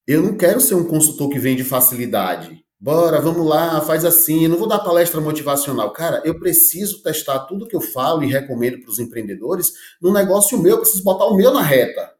Eu não quero ser um consultor que vende facilidade. Bora, vamos lá, faz assim. Eu não vou dar palestra motivacional. Cara, eu preciso testar tudo que eu falo e recomendo para os empreendedores no negócio meu. Eu preciso botar o meu na reta.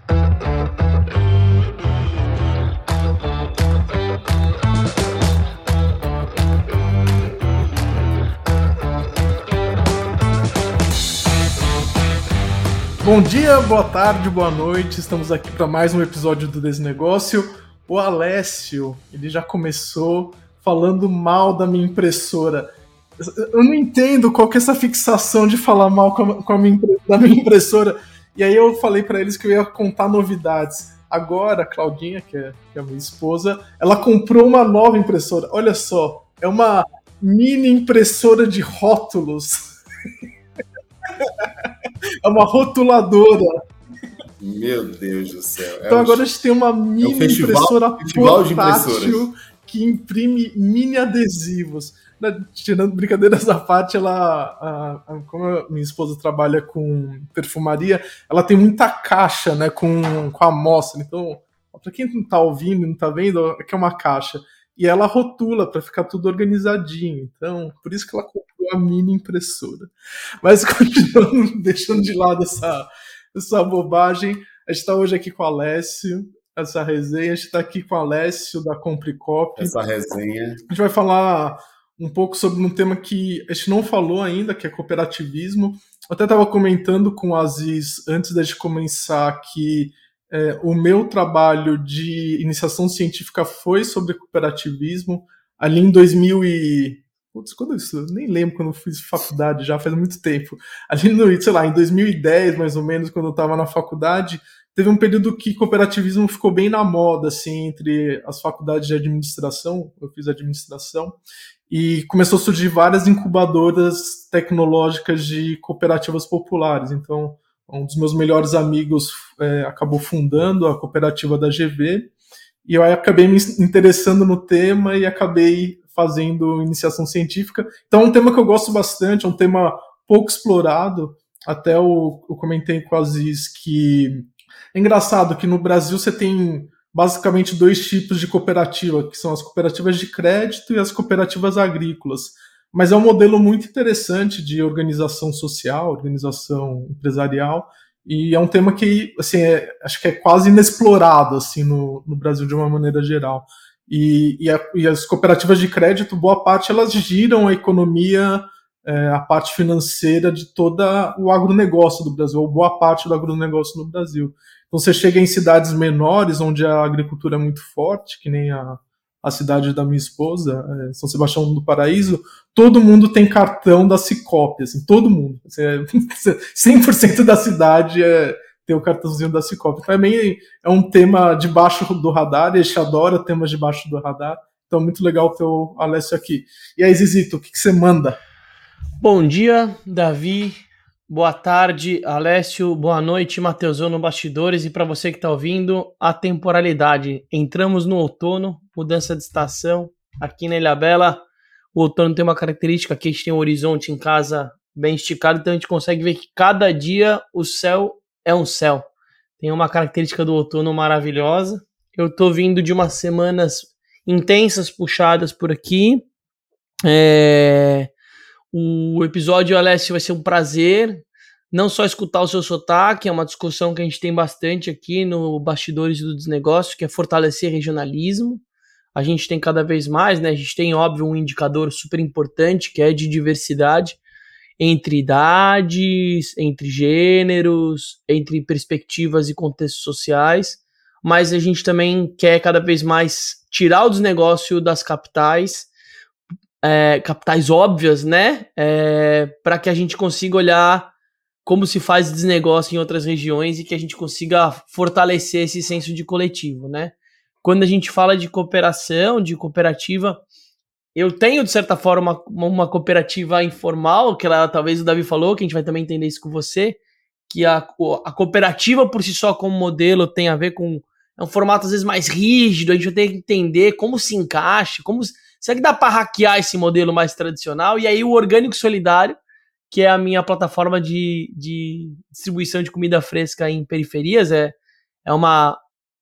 Bom dia, boa tarde, boa noite. Estamos aqui para mais um episódio do Desnegócio. O Alessio, ele já começou falando mal da minha impressora. Eu não entendo qual que é essa fixação de falar mal da minha impressora. E aí eu falei para eles que eu ia contar novidades. Agora, a Claudinha, que é a minha esposa, ela comprou uma nova impressora. Olha só, é uma mini impressora de rótulos. É uma rotuladora. Meu Deus do céu. Então agora a gente tem uma mini impressora portátil que imprime mini adesivos. Tirando brincadeiras à parte, como a minha esposa trabalha com perfumaria, ela tem muita caixa, né, com amostra. Então, para quem não está ouvindo, não está vendo, aqui é uma caixa. E ela rotula para ficar tudo organizadinho. Então, por isso que ela comprou a mini impressora. Mas continuando, deixando de lado essa bobagem, a gente está hoje aqui com o Alessio, essa resenha. A gente está aqui com o Alessio da Compricop. Essa resenha. A gente vai falar um pouco sobre um tema que a gente não falou ainda, que é cooperativismo. Eu até estava comentando com o Aziz antes da gente começar que o meu trabalho de iniciação científica foi sobre cooperativismo. Ali em 2000 e... Putz, quando isso? Nem lembro quando eu fiz faculdade, já faz muito tempo. Ali em 2010, mais ou menos, quando eu estava na faculdade, teve um período que cooperativismo ficou bem na moda, assim, entre as faculdades de administração. Eu fiz administração. E começou a surgir várias incubadoras tecnológicas de cooperativas populares. Então, um dos meus melhores amigos acabou fundando a cooperativa da GV, e eu acabei me interessando no tema e acabei fazendo iniciação científica. Então é um tema que eu gosto bastante, é um tema pouco explorado. Até eu comentei com a Aziz que é engraçado que no Brasil você tem basicamente dois tipos de cooperativa, que são as cooperativas de crédito e as cooperativas agrícolas. Mas é um modelo muito interessante de organização social, organização empresarial, e é um tema que, assim, acho que é quase inexplorado, assim, no Brasil de uma maneira geral. E as cooperativas de crédito, boa parte, elas giram a economia, a parte financeira de todo o agronegócio do Brasil, ou boa parte do agronegócio no Brasil. Então você chega em cidades menores, onde a agricultura é muito forte, que nem a cidade da minha esposa, São Sebastião do Paraíso, todo mundo tem cartão da Sicoob, assim, todo mundo. 100% da cidade tem o cartãozinho da Sicoob. Também é um tema debaixo do radar, e a gente adora temas debaixo do radar, então muito legal ter o Alessio aqui. E aí, Zizito, o que você manda? Bom dia, Davi. Boa tarde, Alessio. Boa noite, Matheusão no Bastidores. E para você que está ouvindo, a temporalidade. Entramos no outono, mudança de estação. Aqui na Ilhabela, o outono tem uma característica que a gente tem um horizonte em casa bem esticado, então a gente consegue ver que cada dia o céu é um céu. Tem uma característica do outono maravilhosa. Eu estou vindo de umas semanas intensas, puxadas por aqui. O episódio, Alessio, vai ser um prazer, não só escutar o seu sotaque, é uma discussão que a gente tem bastante aqui no Bastidores do Desnegócio, que é fortalecer regionalismo. A gente tem cada vez mais, né? A gente tem, óbvio, um indicador super importante, que é de diversidade entre idades, entre gêneros, entre perspectivas e contextos sociais, mas a gente também quer cada vez mais tirar o desnegócio das capitais, capitais óbvias, né? Para que a gente consiga olhar como se faz desnegócio em outras regiões e que a gente consiga fortalecer esse senso de coletivo, né? Quando a gente fala de cooperação, de cooperativa, eu tenho, de certa forma, uma cooperativa informal, que talvez o Davi falou, que a gente vai também entender isso com você, que a cooperativa por si só como modelo tem a ver com... É um formato às vezes mais rígido, a gente vai ter que entender como se encaixa, será que dá para hackear esse modelo mais tradicional? E aí o Orgânico Solidário, que é a minha plataforma de distribuição de comida fresca em periferias, é uma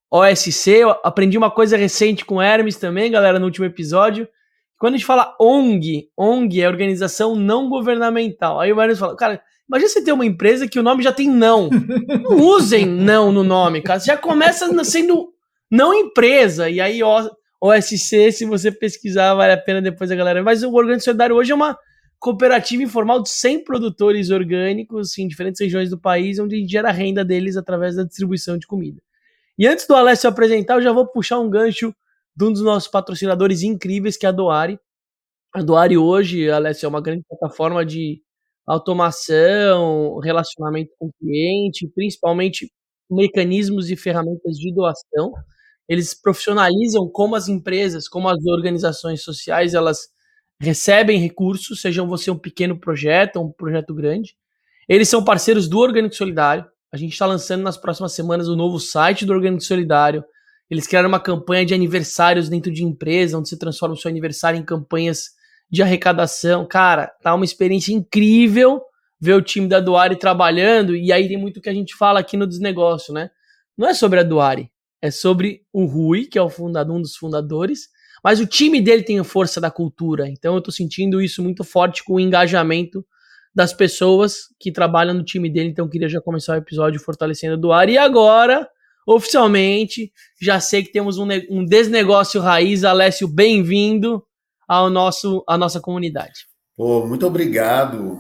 OSC, eu aprendi uma coisa recente com o Hermes também, galera, no último episódio. Quando a gente fala ONG é organização não governamental. Aí o Hermes fala, cara, imagina você ter uma empresa que o nome já tem não. Não usem não no nome, cara. Você já começa sendo não empresa. E aí OSC, se você pesquisar, vale a pena depois a galera. Mas o Orgânico Solidário hoje é uma cooperativa informal de 100 produtores orgânicos em diferentes regiões do país, onde a gente gera a renda deles através da distribuição de comida. E antes do Alessio apresentar, eu já vou puxar um gancho de um dos nossos patrocinadores incríveis, que é a Doari. A Doari hoje, Alessio, é uma grande plataforma de automação, relacionamento com o cliente, principalmente mecanismos e ferramentas de doação. Eles profissionalizam como as empresas, como as organizações sociais, elas recebem recursos, seja você um pequeno projeto ou um projeto grande. Eles são parceiros do Orgânico Solidário. A gente está lançando nas próximas semanas o novo site do Orgânico Solidário. Eles criaram uma campanha de aniversários dentro de empresa, onde você transforma o seu aniversário em campanhas de arrecadação. Cara, tá uma experiência incrível ver o time da Doari trabalhando, e aí tem muito que a gente fala aqui no Desnegócio, né? Não é sobre a Doari, é sobre o Rui, que é um dos fundadores, mas o time dele tem a força da cultura, então eu tô sentindo isso muito forte com o engajamento das pessoas que trabalham no time dele, então eu queria já começar o episódio fortalecendo a Doari, e agora, oficialmente, já sei que temos um Desnegócio Raiz. Alessio, bem-vindo à nossa comunidade. Pô, muito obrigado.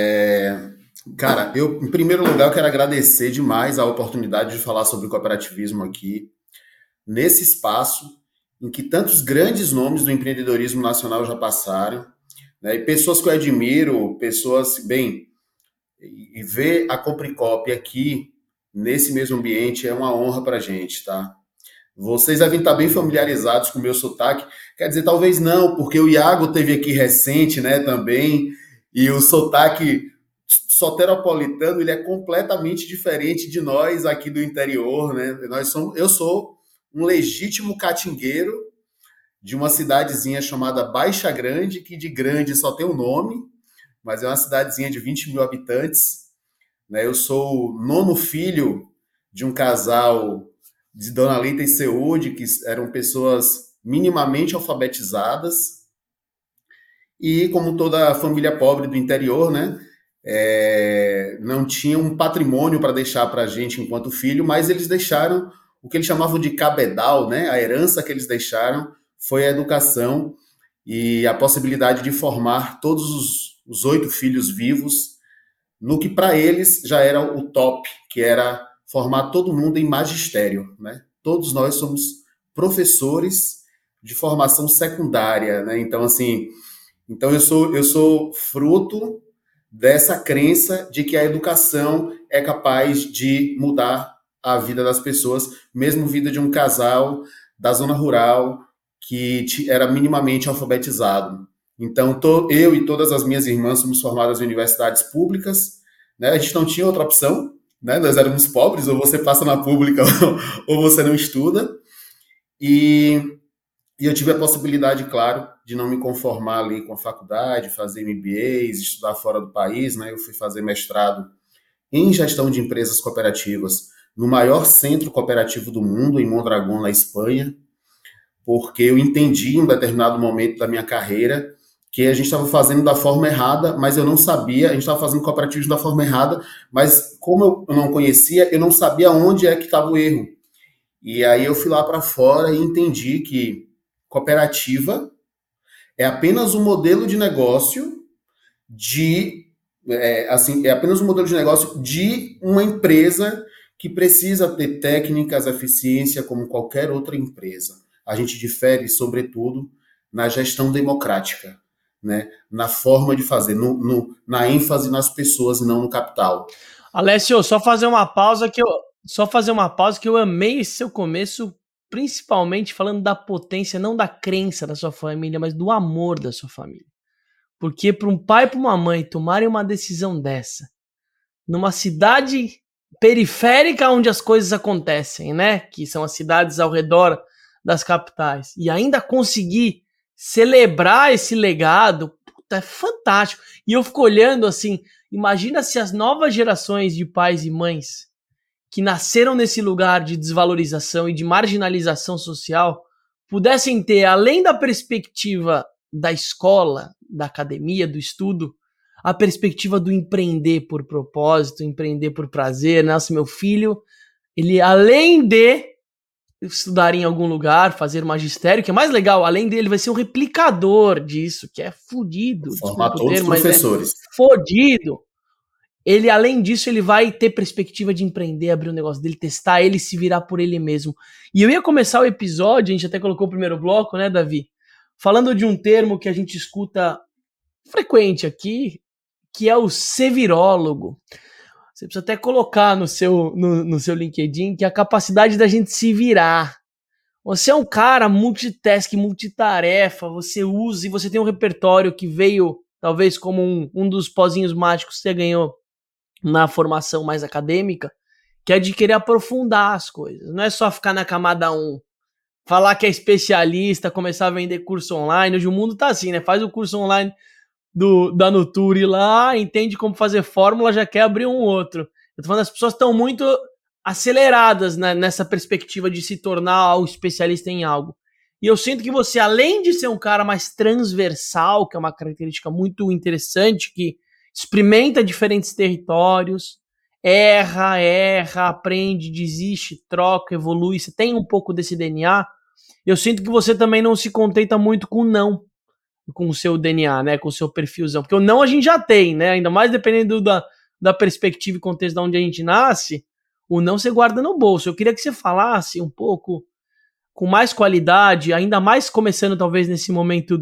Cara, eu, em primeiro lugar, eu quero agradecer demais a oportunidade de falar sobre cooperativismo aqui, nesse espaço em que tantos grandes nomes do empreendedorismo nacional já passaram, né? E pessoas que eu admiro, pessoas, bem, e ver a Copricop aqui, nesse mesmo ambiente, é uma honra pra gente, tá? Vocês devem estar bem familiarizados com o meu sotaque. Quer dizer, talvez não, porque o Iago teve aqui recente, né, também, e o sotaque soteropolitano, ele é completamente diferente de nós aqui do interior, né? Eu sou um legítimo catingueiro de uma cidadezinha chamada Baixa Grande, que de grande só tem o nome, mas é uma cidadezinha de 20 mil habitantes, né? Eu sou o nono filho de um casal de Dona Lita e Seude, que eram pessoas minimamente alfabetizadas, e como toda família pobre do interior, né, não tinha um patrimônio para deixar para a gente enquanto filho, mas eles deixaram o que eles chamavam de cabedal, né, a herança que eles deixaram foi a educação e a possibilidade de formar todos os 8 filhos vivos no que para eles já era o top, que era formar todo mundo em magistério, né? Todos nós somos professores de formação secundária, né? Então, assim, eu sou fruto dessa crença de que a educação é capaz de mudar a vida das pessoas, mesmo a vida de um casal da zona rural que era minimamente alfabetizado. Então, eu e todas as minhas irmãs somos formadas em universidades públicas, né? A gente não tinha outra opção, né? Nós éramos pobres, ou você passa na pública ou você não estuda. E eu tive a possibilidade, claro, de não me conformar ali com a faculdade, fazer MBAs, estudar fora do país, né? Eu fui fazer mestrado em gestão de empresas cooperativas no maior centro cooperativo do mundo, em Mondragón, na Espanha, porque eu entendi em um determinado momento da minha carreira que a gente estava fazendo da forma errada, mas eu não sabia, a gente estava fazendo cooperativismo da forma errada, mas como eu não conhecia, eu não sabia onde é que estava o erro. E aí eu fui lá para fora e entendi que cooperativa é apenas um modelo de negócio de uma empresa que precisa ter técnicas, eficiência como qualquer outra empresa. A gente difere, sobretudo, na gestão democrática, né? Na forma de fazer, na ênfase nas pessoas e não no capital. Alessio, só fazer uma pausa que eu amei esse seu começo, principalmente falando da potência, não da crença da sua família, mas do amor da sua família. Porque para um pai e para uma mãe tomarem uma decisão dessa, numa cidade periférica onde as coisas acontecem, né? Que são as cidades ao redor das capitais, e ainda conseguir celebrar esse legado, puta, é fantástico. E eu fico olhando assim, imagina se as novas gerações de pais e mães que nasceram nesse lugar de desvalorização e de marginalização social pudessem ter, além da perspectiva da escola, da academia, do estudo, a perspectiva do empreender por propósito, empreender por prazer. Nossa, meu filho, ele além de estudar em algum lugar, fazer magistério, que é mais legal, além dele, vai ser um replicador disso, que é fodido. Formar todos os professores. Fodido. Ele, além disso, ele vai ter perspectiva de empreender, abrir um negócio dele, testar ele, se virar por ele mesmo. E eu ia começar o episódio, a gente até colocou o primeiro bloco, né, Davi? Falando de um termo que a gente escuta frequente aqui, que é o sevirólogo. Você precisa até colocar no seu LinkedIn que é a capacidade da gente se virar. Você é um cara multitask, multitarefa, você usa e você tem um repertório que veio, talvez, como um dos pozinhos mágicos que você ganhou na formação mais acadêmica, que é de querer aprofundar as coisas. Não é só ficar na camada 1, falar que é especialista, começar a vender curso online. Hoje o mundo tá assim, né? Faz o curso online da Nuturi lá, entende como fazer fórmula, já quer abrir um outro. Eu tô falando, as pessoas estão muito aceleradas, né, nessa perspectiva de se tornar o especialista em algo. E eu sinto que você, além de ser um cara mais transversal, que é uma característica muito interessante, que experimenta diferentes territórios, erra, aprende, desiste, troca, evolui, você tem um pouco desse DNA, eu sinto que você também não se contenta muito com não, com o seu DNA, né, com o seu perfilzão, porque o não a gente já tem, né, ainda mais dependendo da perspectiva e contexto de onde a gente nasce, o não você guarda no bolso. Eu queria que você falasse um pouco com mais qualidade, ainda mais começando talvez nesse momento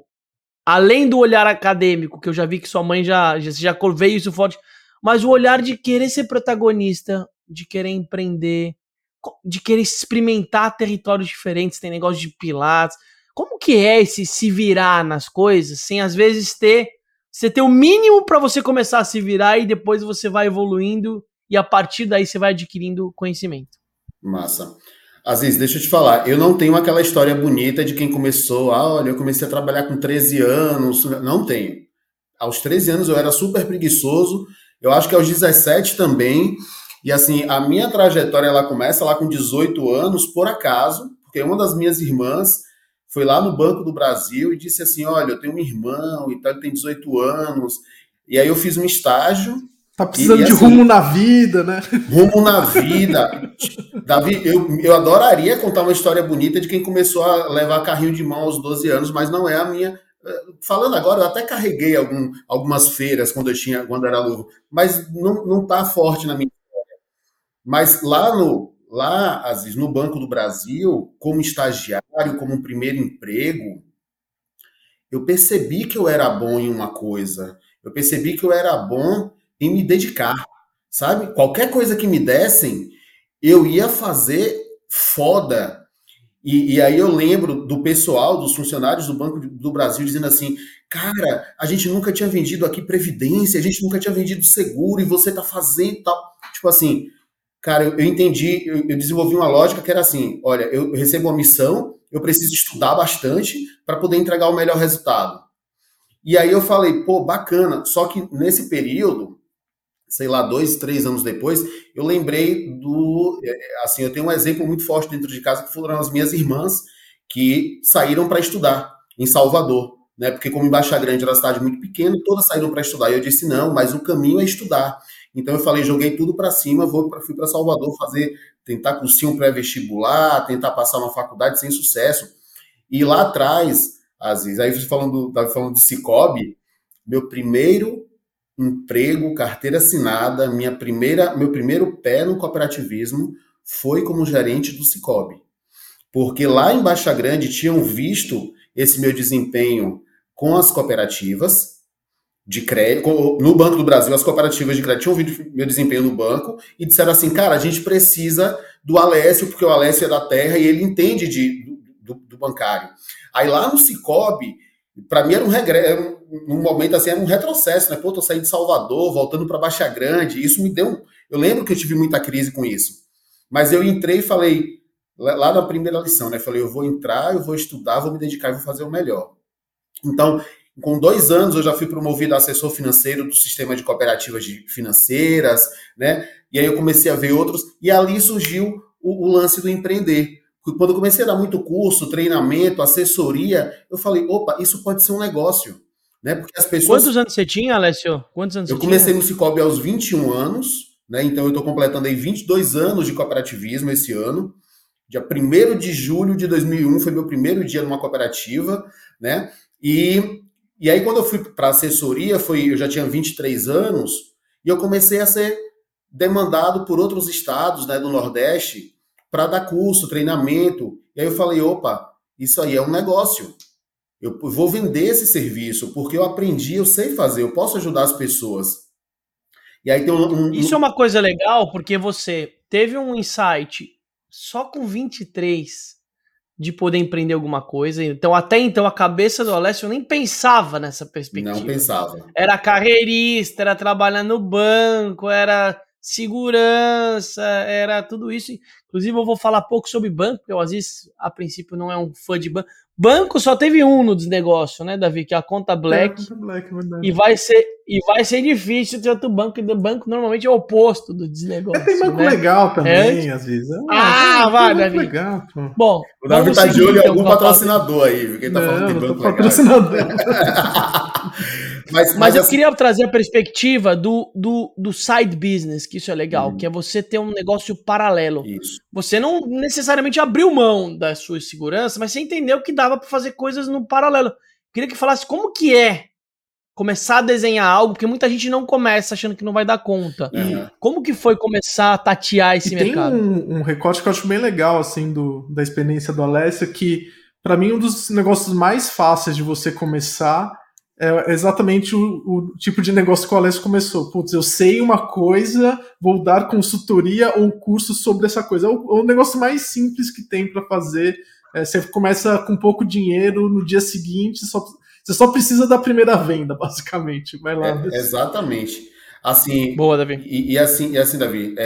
além do olhar acadêmico, que eu já vi que sua mãe já veio isso forte, mas o olhar de querer ser protagonista, de querer empreender, de querer experimentar territórios diferentes, tem negócio de pilates. Como que é esse se virar nas coisas, sem às vezes você ter o mínimo para você começar a se virar e depois você vai evoluindo e a partir daí você vai adquirindo conhecimento? Massa. Aziz, deixa eu te falar, eu não tenho aquela história bonita de quem começou, olha, eu comecei a trabalhar com 13 anos, não tenho. Aos 13 anos eu era super preguiçoso, eu acho que aos 17 também, e assim, a minha trajetória ela começa lá com 18 anos, por acaso, porque uma das minhas irmãs foi lá no Banco do Brasil e disse assim, olha, eu tenho um irmão e tal, ele tem 18 anos, e aí eu fiz um estágio. Tá precisando de assim, rumo na vida, né? Rumo na vida. Davi, eu adoraria contar uma história bonita de quem começou a levar carrinho de mão aos 12 anos, mas não é a minha. Falando agora, eu até carreguei algumas feiras quando eu era novo, mas não tá forte na minha história. Mas Aziz, no Banco do Brasil, como estagiário, como um primeiro emprego, eu percebi que eu era bom em uma coisa. Eu percebi que eu era bom em me dedicar, sabe? Qualquer coisa que me dessem, eu ia fazer foda. E aí eu lembro do pessoal, dos funcionários do Banco do Brasil dizendo assim, cara, a gente nunca tinha vendido aqui Previdência, a gente nunca tinha vendido seguro e você tá fazendo tal. Tipo assim, cara, eu entendi, eu desenvolvi uma lógica que era assim, olha, eu recebo uma missão, eu preciso estudar bastante para poder entregar o melhor resultado. E aí eu falei, pô, bacana, só que nesse período, sei lá, 2, 3 anos depois, eu lembrei assim, eu tenho um exemplo muito forte dentro de casa, que foram as minhas irmãs que saíram para estudar em Salvador, né? Porque como em Baixa Grande era uma cidade muito pequena, todas saíram para estudar. E eu disse, não, mas o caminho é estudar. Então eu falei, joguei tudo para cima, fui para Salvador tentar cursinho pré-vestibular, tentar passar uma faculdade sem sucesso. E lá atrás, Aziz, aí falando do Cicobi, meu primeiro emprego, carteira assinada, meu primeiro pé no cooperativismo foi como gerente do Cicobi. Porque lá em Baixa Grande tinham visto esse meu desempenho com as cooperativas de crédito, no Banco do Brasil, as cooperativas de crédito tinham visto meu desempenho no banco e disseram assim, cara, a gente precisa do Alessio, porque o Alessio é da terra e ele entende do bancário. Aí lá no Cicobi, para mim era um regresso, num momento assim, era um retrocesso, né? Pô, tô saindo de Salvador, voltando para Baixa Grande, isso me deu eu lembro que eu tive muita crise com isso, mas eu entrei e falei, lá na primeira lição, né? Falei, eu vou entrar, eu vou estudar, vou me dedicar e vou fazer o melhor. Então, Com 2 anos eu já fui promovido a assessor financeiro do sistema de cooperativas financeiras, né? E aí eu comecei a ver outros, e ali surgiu o lance do empreender. Quando eu comecei a dar muito curso, treinamento, assessoria, eu falei, opa, isso pode ser um negócio, né? Porque as pessoas... Quantos anos você tinha, Alessio? Quantos anos Eu você comecei tinha? no Cicobi aos 21 anos, né? Então eu estou completando aí 22 anos de cooperativismo esse ano. Dia 1º de julho de 2001 foi meu primeiro dia numa cooperativa, né? E aí quando eu fui para assessoria, eu já tinha 23 anos, e eu comecei a ser demandado por outros estados, né, do Nordeste para dar curso, treinamento. E aí eu falei, opa, isso aí é um negócio. Eu vou vender esse serviço, porque eu aprendi, eu sei fazer, eu posso ajudar as pessoas. E aí tem Isso é uma coisa legal, porque você teve um insight só com 23 de poder empreender alguma coisa. Então, até então, a cabeça do Alessio nem pensava nessa perspectiva. Não pensava. Era carreirista, era trabalhar no banco, era segurança, era tudo isso. Inclusive, eu vou falar pouco sobre banco, porque o Aziz, a princípio, não é um fã de banco. Banco só teve um no desnegócio, né, Davi? Que é a Conta Black. É, a Conta Black, verdade. E vai ser difícil ter outro banco, e o banco normalmente é o oposto do desnegócio. Tem banco né? legal também, às vezes. Vai, Davi. Legal, pô. Bom, o Davi tá de olho em algum patrocinador aí, porque ele tá falando de banco patrocinador. Mas eu queria trazer a perspectiva do side business, que isso é legal, que é você ter um negócio paralelo. Isso. Você não necessariamente abriu mão da sua segurança, mas você entendeu que dava para fazer coisas no paralelo. Queria que falasse como que é começar a desenhar algo, porque muita gente não começa achando que não vai dar conta. Uhum. Como que foi começar a tatear esse mercado? Tem um recorte que eu acho bem legal, assim, da experiência do Alessio, que para mim um dos negócios mais fáceis de você começar é exatamente o tipo de negócio que o Alessio começou. Putz, eu sei uma coisa, vou dar consultoria ou curso sobre essa coisa. É o negócio mais simples que tem para fazer. Você começa com pouco dinheiro, no dia seguinte você só precisa da primeira venda, basicamente. Vai lá. Exatamente. Assim, boa, Davi. E assim, Davi,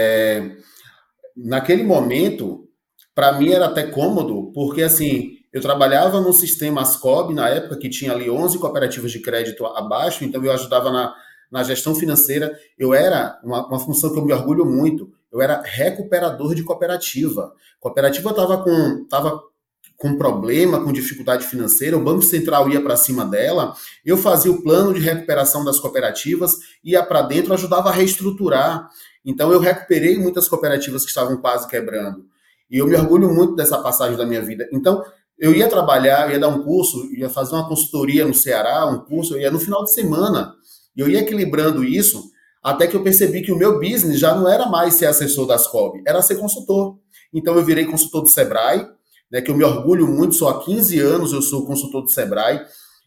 naquele momento, para mim era até cômodo, porque assim, eu trabalhava no sistema Ascob, na época que tinha ali 11 cooperativas de crédito abaixo, então eu ajudava na gestão financeira. Eu era, uma função que eu me orgulho muito, eu era recuperador de cooperativa. A cooperativa estava com problema, com dificuldade financeira, o Banco Central ia para cima dela, eu fazia o plano de recuperação das cooperativas, ia para dentro, ajudava a reestruturar. Então eu recuperei muitas cooperativas que estavam quase quebrando. E eu me orgulho muito dessa passagem da minha vida. Então, eu ia trabalhar, eu ia dar um curso, ia fazer uma consultoria no Ceará, um curso, eu ia no final de semana. E eu ia equilibrando isso, até que eu percebi que o meu business já não era mais ser assessor da Ascob, era ser consultor. Então eu virei consultor do Sebrae, né, que eu me orgulho muito, só há 15 anos eu sou consultor do Sebrae,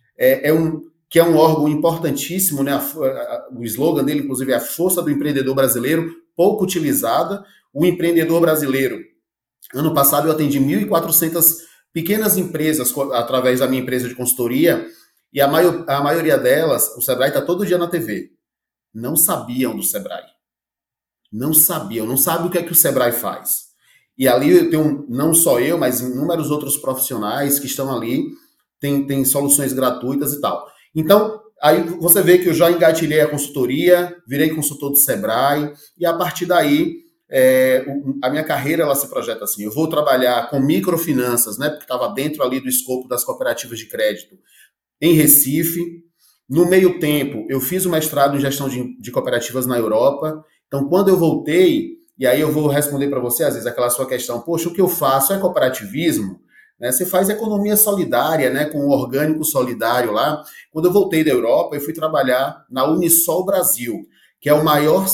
que é um órgão importantíssimo, né, o slogan dele, inclusive, é a força do empreendedor brasileiro, pouco utilizada. O empreendedor brasileiro, ano passado eu atendi 1.400 pequenas empresas através da minha empresa de consultoria, e a maioria delas, o Sebrae está todo dia na TV, não sabiam do Sebrae. Não sabiam, não sabem o que é que o Sebrae faz. E ali eu tenho, não só eu, mas inúmeros outros profissionais que estão ali, tem soluções gratuitas e tal. Então, aí você vê que eu já engatilhei a consultoria, virei consultor do Sebrae, e a partir daí, a minha carreira ela se projeta assim. Eu vou trabalhar com microfinanças, né, porque estava dentro ali do escopo das cooperativas de crédito, em Recife. No meio tempo, eu fiz o mestrado em gestão de cooperativas na Europa. Então, quando eu voltei, e aí eu vou responder para você, às vezes, aquela sua questão, poxa, o que eu faço é cooperativismo? Né? Você faz economia solidária, né, com o orgânico solidário lá. Quando eu voltei da Europa, eu fui trabalhar na Unisol Brasil, que é a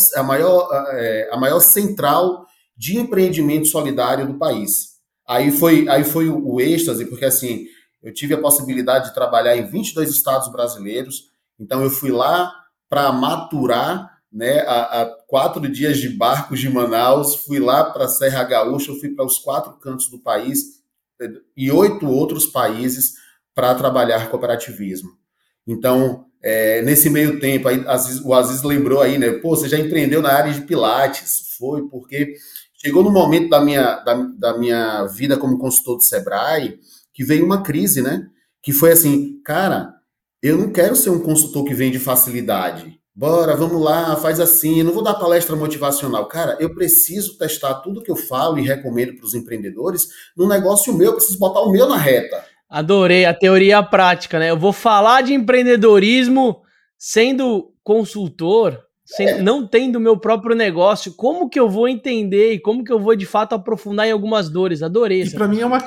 maior central de empreendimento solidário do país. Aí foi o êxtase, porque assim, eu tive a possibilidade de trabalhar em 22 estados brasileiros, então eu fui lá para maturar, né, a 4 dias de barcos de Manaus, fui lá para a Serra Gaúcha, eu fui para os 4 cantos do país e 8 outros países para trabalhar cooperativismo. Então, nesse meio tempo, aí, o Aziz lembrou aí, né, pô, você já empreendeu na área de Pilates? Foi, porque chegou no momento da minha vida como consultor do Sebrae, que veio uma crise, né, que foi assim, cara, Eu não quero ser um consultor que vende facilidade. Bora, vamos lá, faz assim. Eu não vou dar palestra motivacional. Cara, eu preciso testar tudo que eu falo e recomendo para os empreendedores no negócio meu. Eu preciso botar o meu na reta. Adorei a teoria e a prática, né? Eu vou falar de empreendedorismo sendo consultor, não tendo meu próprio negócio. Como que eu vou entender e como que eu vou de fato aprofundar em algumas dores? Adorei. E para mim é uma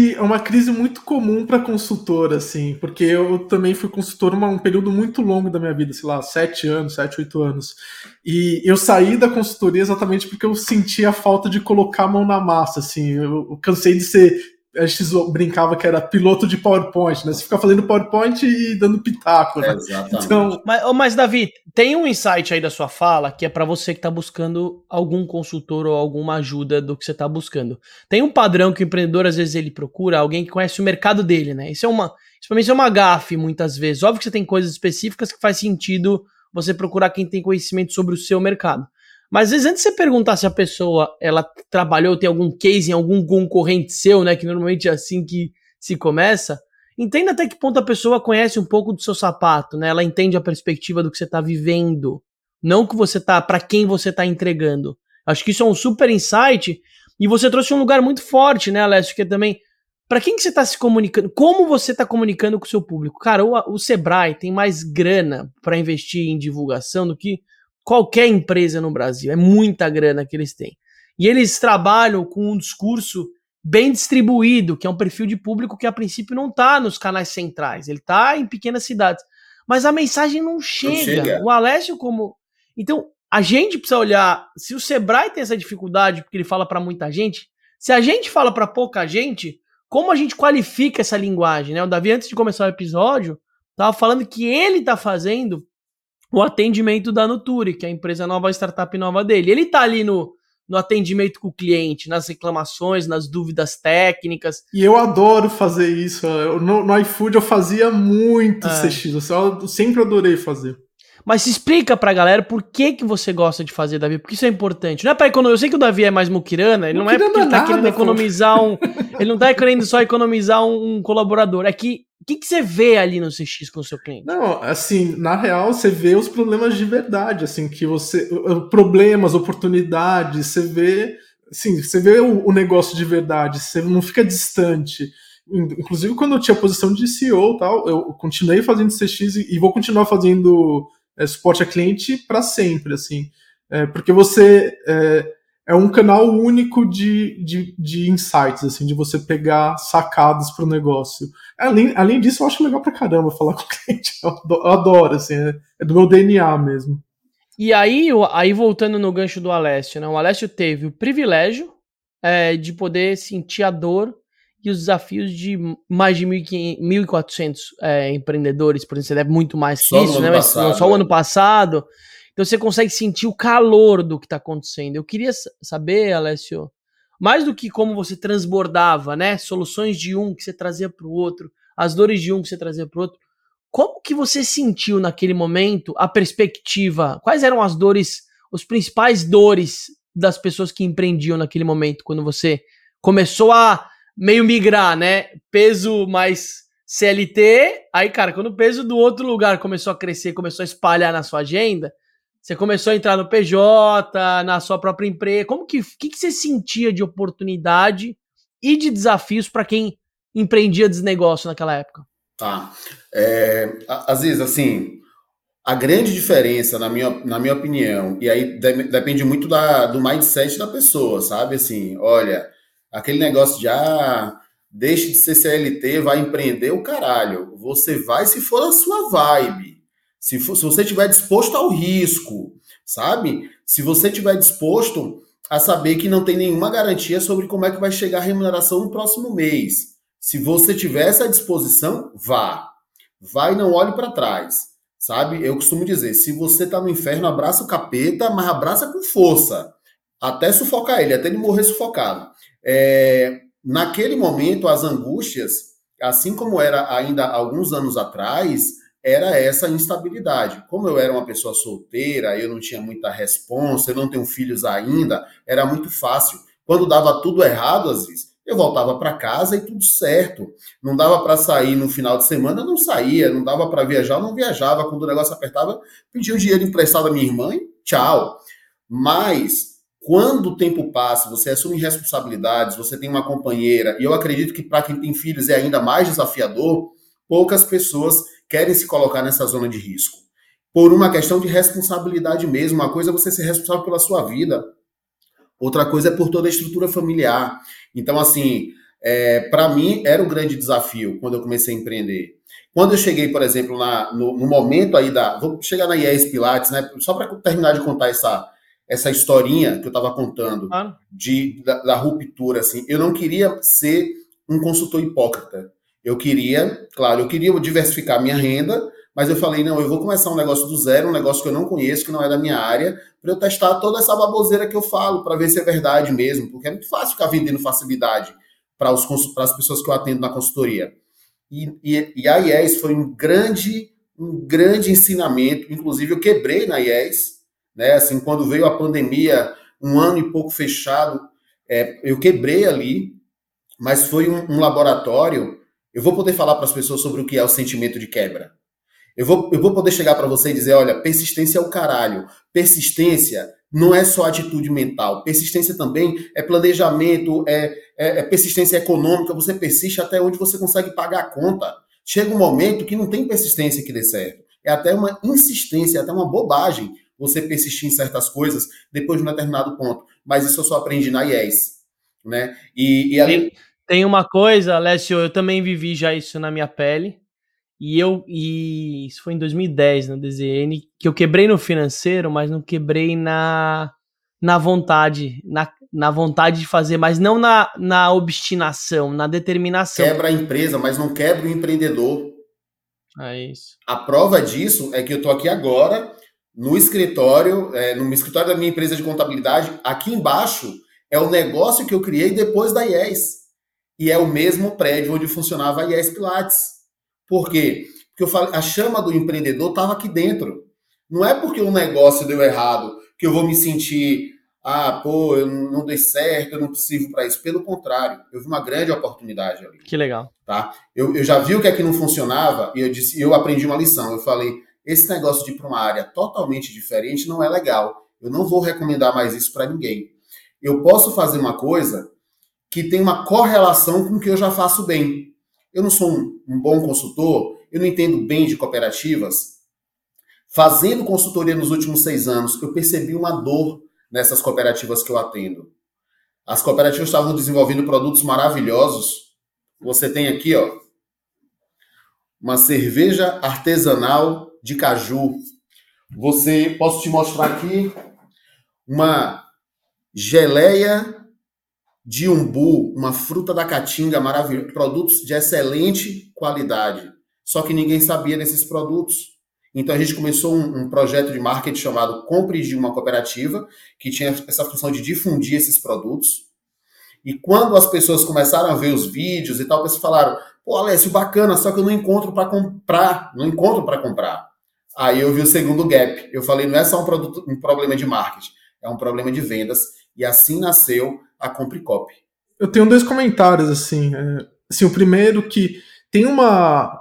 crise muito comum para consultor, assim, porque eu também fui consultor um período muito longo da minha vida, sei lá, 7 anos, 7, 8 anos. E eu saí da consultoria exatamente porque eu sentia a falta de colocar a mão na massa, assim. Eu cansei de ser, a gente brincava que era piloto de PowerPoint, né? Você fica fazendo PowerPoint e dando pitaco, né? Exatamente. Então... Mas, Davi, tem um insight aí da sua fala que é para você que está buscando algum consultor ou alguma ajuda do que você está buscando. Tem um padrão que o empreendedor, às vezes, ele procura alguém que conhece o mercado dele, né? Isso pra mim, isso é uma gafe, muitas vezes. Óbvio que você tem coisas específicas que faz sentido você procurar quem tem conhecimento sobre o seu mercado. Mas às vezes, antes de você perguntar se a pessoa ela trabalhou, tem algum case em algum concorrente seu, né? Que normalmente é assim que se começa. Entenda até que ponto a pessoa conhece um pouco do seu sapato, né? Ela entende a perspectiva do que você está vivendo, não que você tá, para quem você está entregando. Acho que isso é um super insight. E você trouxe um lugar muito forte, né, Alessio? Que é também para quem que você está se comunicando, como você está comunicando com o seu público. Cara, o Sebrae tem mais grana para investir em divulgação do que qualquer empresa no Brasil. É muita grana que eles têm. E eles trabalham com um discurso bem distribuído, que é um perfil de público que a princípio não está nos canais centrais, ele está em pequenas cidades. Mas a mensagem não chega. O Alessio como... Então, a gente precisa olhar, se o Sebrae tem essa dificuldade, porque ele fala para muita gente, se a gente fala para pouca gente, como a gente qualifica essa linguagem, né? O Davi, antes de começar o episódio, estava falando que ele está fazendo o atendimento da Nuturi, que é a empresa nova, a startup nova dele. Ele tá ali no atendimento com o cliente, nas reclamações, nas dúvidas técnicas. E eu adoro fazer isso. No iFood eu fazia muito CX, eu sempre adorei fazer. Mas se explica pra galera por que você gosta de fazer, Davi, porque isso é importante. Não é pra economizar. Eu sei que o Davi é mais muquirana, ele não é porque ele tá querendo economizar ele não tá querendo só economizar um colaborador. É que o que você vê ali no CX com o seu cliente? Não, assim, na real, você vê os problemas de verdade, assim, que você... Problemas, oportunidades, você vê... Assim, você vê o negócio de verdade, você não fica distante. Inclusive, quando eu tinha a posição de CEO e tal, eu continuei fazendo CX e vou continuar fazendo suporte a cliente para sempre, assim. Porque você... É um canal único de insights, assim, de você pegar sacadas para o negócio. Além disso, eu acho legal pra caramba falar com o cliente. Eu adoro, assim, é do meu DNA mesmo. E aí voltando no gancho do Alessio, né? O Alessio teve o privilégio de poder sentir a dor e os desafios de mais de 1.400 empreendedores, por exemplo, você deve muito mais que isso, né? Mas só o ano passado. Então você consegue sentir o calor do que está acontecendo. Eu queria saber, Alessio, mais do que como você transbordava, né? Soluções de um que você trazia para o outro, as dores de um que você trazia para o outro. Como que você sentiu naquele momento a perspectiva? Quais eram as dores, os principais dores das pessoas que empreendiam naquele momento, quando você começou a meio migrar, né? Peso mais CLT, aí, cara, quando o peso do outro lugar começou a crescer, começou a espalhar na sua agenda, você começou a entrar no PJ, na sua própria empresa. Como que você sentia de oportunidade e de desafios para quem empreendia desnegócio naquela época? Tá. Às vezes, assim, a grande diferença, na minha opinião, e aí depende muito do mindset da pessoa, sabe? Assim, olha, aquele negócio de, deixe de ser CLT, vai empreender o caralho. Você vai se for a sua vibe. Se você estiver disposto ao risco, sabe? Se você estiver disposto a saber que não tem nenhuma garantia sobre como é que vai chegar a remuneração no próximo mês. Se você tiver essa disposição, vá. Vai e não olhe para trás, sabe? Eu costumo dizer, se você tá no inferno, abraça o capeta, mas abraça com força. Até sufocar ele, até ele morrer sufocado. Naquele momento, as angústias, assim como era ainda alguns anos atrás, era essa instabilidade. Como eu era uma pessoa solteira, eu não tinha muita responsa, eu não tenho filhos ainda, era muito fácil. Quando dava tudo errado, às vezes, Eu voltava para casa e tudo certo. Não dava para sair no final de semana, não saía. Não dava para viajar, não viajava. Quando o negócio apertava, pedia o dinheiro emprestado à minha irmã e tchau. Mas quando o tempo passa, você assume responsabilidades, você tem uma companheira, e eu acredito que para quem tem filhos é ainda mais desafiador, poucas pessoas querem se colocar nessa zona de risco. Por uma questão de responsabilidade mesmo. Uma coisa é você ser responsável pela sua vida, outra coisa é por toda a estrutura familiar. Então, assim, para mim era um grande desafio quando eu comecei a empreender. Quando eu cheguei, por exemplo, no momento aí da. Vou chegar na IES Pilates, né? Só para terminar de contar essa historinha que eu estava contando Ah, da ruptura, assim. Eu não queria ser um consultor hipócrita. Claro, eu queria diversificar minha renda, mas eu falei, não, eu vou começar um negócio do zero, um negócio que eu não conheço, que não é da minha área, para eu testar toda essa baboseira que eu falo, para ver se é verdade mesmo, porque é muito fácil ficar vendendo facilidade para as pessoas que eu atendo na consultoria. E a IES foi um grande ensinamento, inclusive eu quebrei na IES, né? Assim, quando veio a pandemia, um ano e pouco fechado, eu quebrei ali, mas foi um laboratório. Eu vou poder falar para as pessoas sobre o que é o sentimento de quebra. Eu vou poder chegar para você e dizer, olha, persistência é o caralho. Persistência não é só atitude mental. Persistência também é planejamento, é persistência econômica. Você persiste até onde você consegue pagar a conta. Chega um momento que não tem persistência que dê certo. É até uma insistência, é até uma bobagem você persistir em certas coisas depois de um determinado ponto. Mas isso eu só aprendi na IES. Né? tem uma coisa, Alessio, eu também vivi já isso na minha pele. E isso foi em 2010 no DZN, que eu quebrei no financeiro, mas não quebrei na vontade, na vontade de fazer, mas não na obstinação, na determinação. Quebra a empresa, mas não quebra o empreendedor. É isso. A prova disso é que eu estou aqui agora, no escritório da minha empresa de contabilidade. Aqui embaixo é o negócio que eu criei depois da IES. E é o mesmo prédio onde funcionava a IES Pilates. Por quê? Porque eu falei, a chama do empreendedor estava aqui dentro. Não é porque o negócio deu errado que eu vou me sentir, eu não dei certo, eu não sirvo para isso. Pelo contrário, eu vi uma grande oportunidade ali. Que legal. Tá? Eu já vi o que é que não funcionava e eu aprendi uma lição. Eu falei, esse negócio de ir para uma área totalmente diferente não é legal. Eu não vou recomendar mais isso para ninguém. Eu posso fazer uma coisa que tem uma correlação com o que eu já faço bem. Eu não sou um bom consultor, eu não entendo bem de cooperativas. Fazendo consultoria nos últimos 6 anos, eu percebi uma dor nessas cooperativas que eu atendo. As cooperativas estavam desenvolvendo produtos maravilhosos. Você tem aqui, ó, uma cerveja artesanal de caju. Posso te mostrar aqui uma geleia de umbu, uma fruta da caatinga maravilhosa, produtos de excelente qualidade. Só que ninguém sabia desses produtos. Então a gente começou um projeto de marketing chamado Compre de uma Cooperativa, que tinha essa função de difundir esses produtos. E quando as pessoas começaram a ver os vídeos e tal, pessoas falaram, pô, Alessio, bacana, só que eu não encontro para comprar. Aí eu vi o segundo gap. Eu falei, não é só um problema de marketing, é um problema de vendas. E assim nasceu a Compricop. Eu tenho 2 comentários, assim. O primeiro que tem uma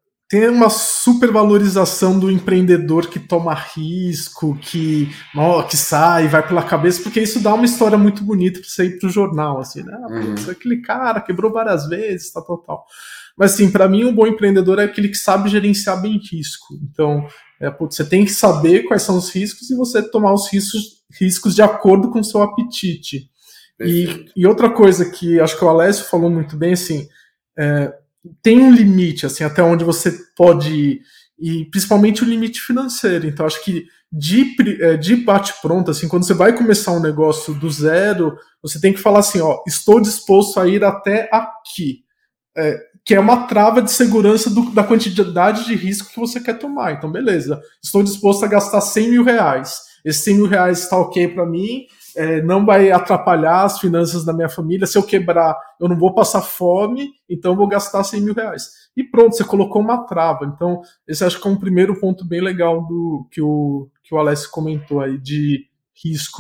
supervalorização do empreendedor que toma risco, que sai, vai pela cabeça, porque isso dá uma história muito bonita para você ir pro jornal, assim, né? Putz, aquele cara quebrou várias vezes, tal. Mas, assim, para mim, um bom empreendedor é aquele que sabe gerenciar bem risco. Então, você tem que saber quais são os riscos e você tomar os riscos de acordo com o seu apetite. E outra coisa que acho que o Alessio falou muito bem, assim, tem um limite, assim, até onde você pode ir, e principalmente o limite financeiro. Então, acho que de bate-pronto, assim, quando você vai começar um negócio do zero, você tem que falar assim, ó, estou disposto a ir até aqui. Que é uma trava de segurança da quantidade de risco que você quer tomar. Então, beleza, estou disposto a gastar 100 mil reais. Esses 100 mil reais está ok para mim, não vai atrapalhar as finanças da minha família. Se eu quebrar, eu não vou passar fome, então eu vou gastar 100 mil reais. E pronto, você colocou uma trava. Então, esse acho que é um primeiro ponto bem legal que o Alessio comentou aí, de risco.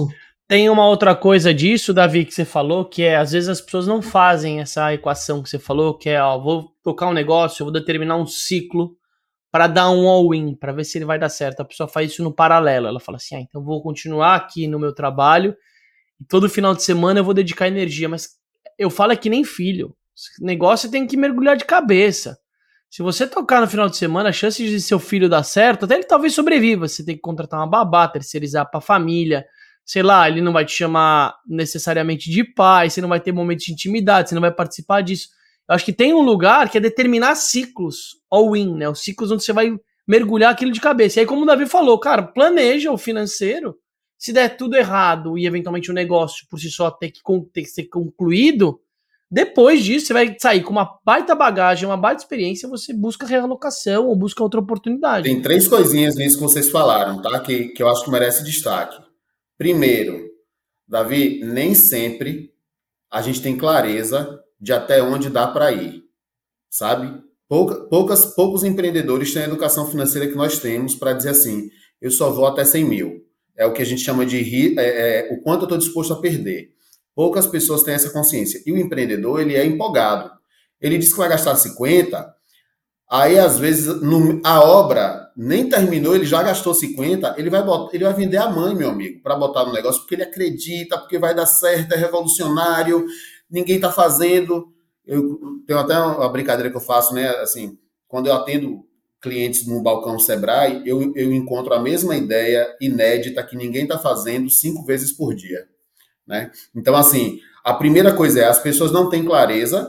Tem uma outra coisa disso, Davi, que você falou, que é, às vezes as pessoas não fazem essa equação que você falou, que é, ó, vou tocar um negócio, eu vou determinar um ciclo para dar um all-in, para ver se ele vai dar certo. A pessoa faz isso no paralelo, ela fala assim, então vou continuar aqui no meu trabalho e todo final de semana eu vou dedicar energia, mas eu falo é que nem filho, esse negócio tem que mergulhar de cabeça. Se você tocar no final de semana, a chance de seu filho dar certo, até ele talvez sobreviva, você tem que contratar uma babá, terceirizar para a família, sei lá, ele não vai te chamar necessariamente de pai, você não vai ter momentos de intimidade, você não vai participar disso. Eu acho que tem um lugar que é determinar ciclos, all-in, né? Os ciclos onde você vai mergulhar aquilo de cabeça. E aí, como o Davi falou, cara, planeja o financeiro. Se der tudo errado e eventualmente o negócio por si só ter que ser concluído, depois disso você vai sair com uma baita bagagem, uma baita experiência, você busca realocação ou busca outra oportunidade. Tem 3 coisinhas nisso que vocês falaram, tá? Que eu acho que merece destaque. Primeiro, Davi, nem sempre a gente tem clareza de até onde dá para ir, sabe? Poucos empreendedores têm a educação financeira que nós temos para dizer assim, eu só vou até 100 mil. É o que a gente chama de o quanto eu estou disposto a perder. Poucas pessoas têm essa consciência. E o empreendedor, ele é empolgado. Ele diz que vai gastar 50, aí às vezes a obra nem terminou, ele já gastou 50, ele vai vender a mãe, meu amigo, para botar no negócio, porque ele acredita, porque vai dar certo, é revolucionário, ninguém está fazendo. Eu tenho até uma brincadeira que eu faço, né? Assim, quando eu atendo clientes no balcão Sebrae, eu encontro a mesma ideia inédita que ninguém está fazendo 5 vezes por dia, né? Então, assim, a primeira coisa é as pessoas não têm clareza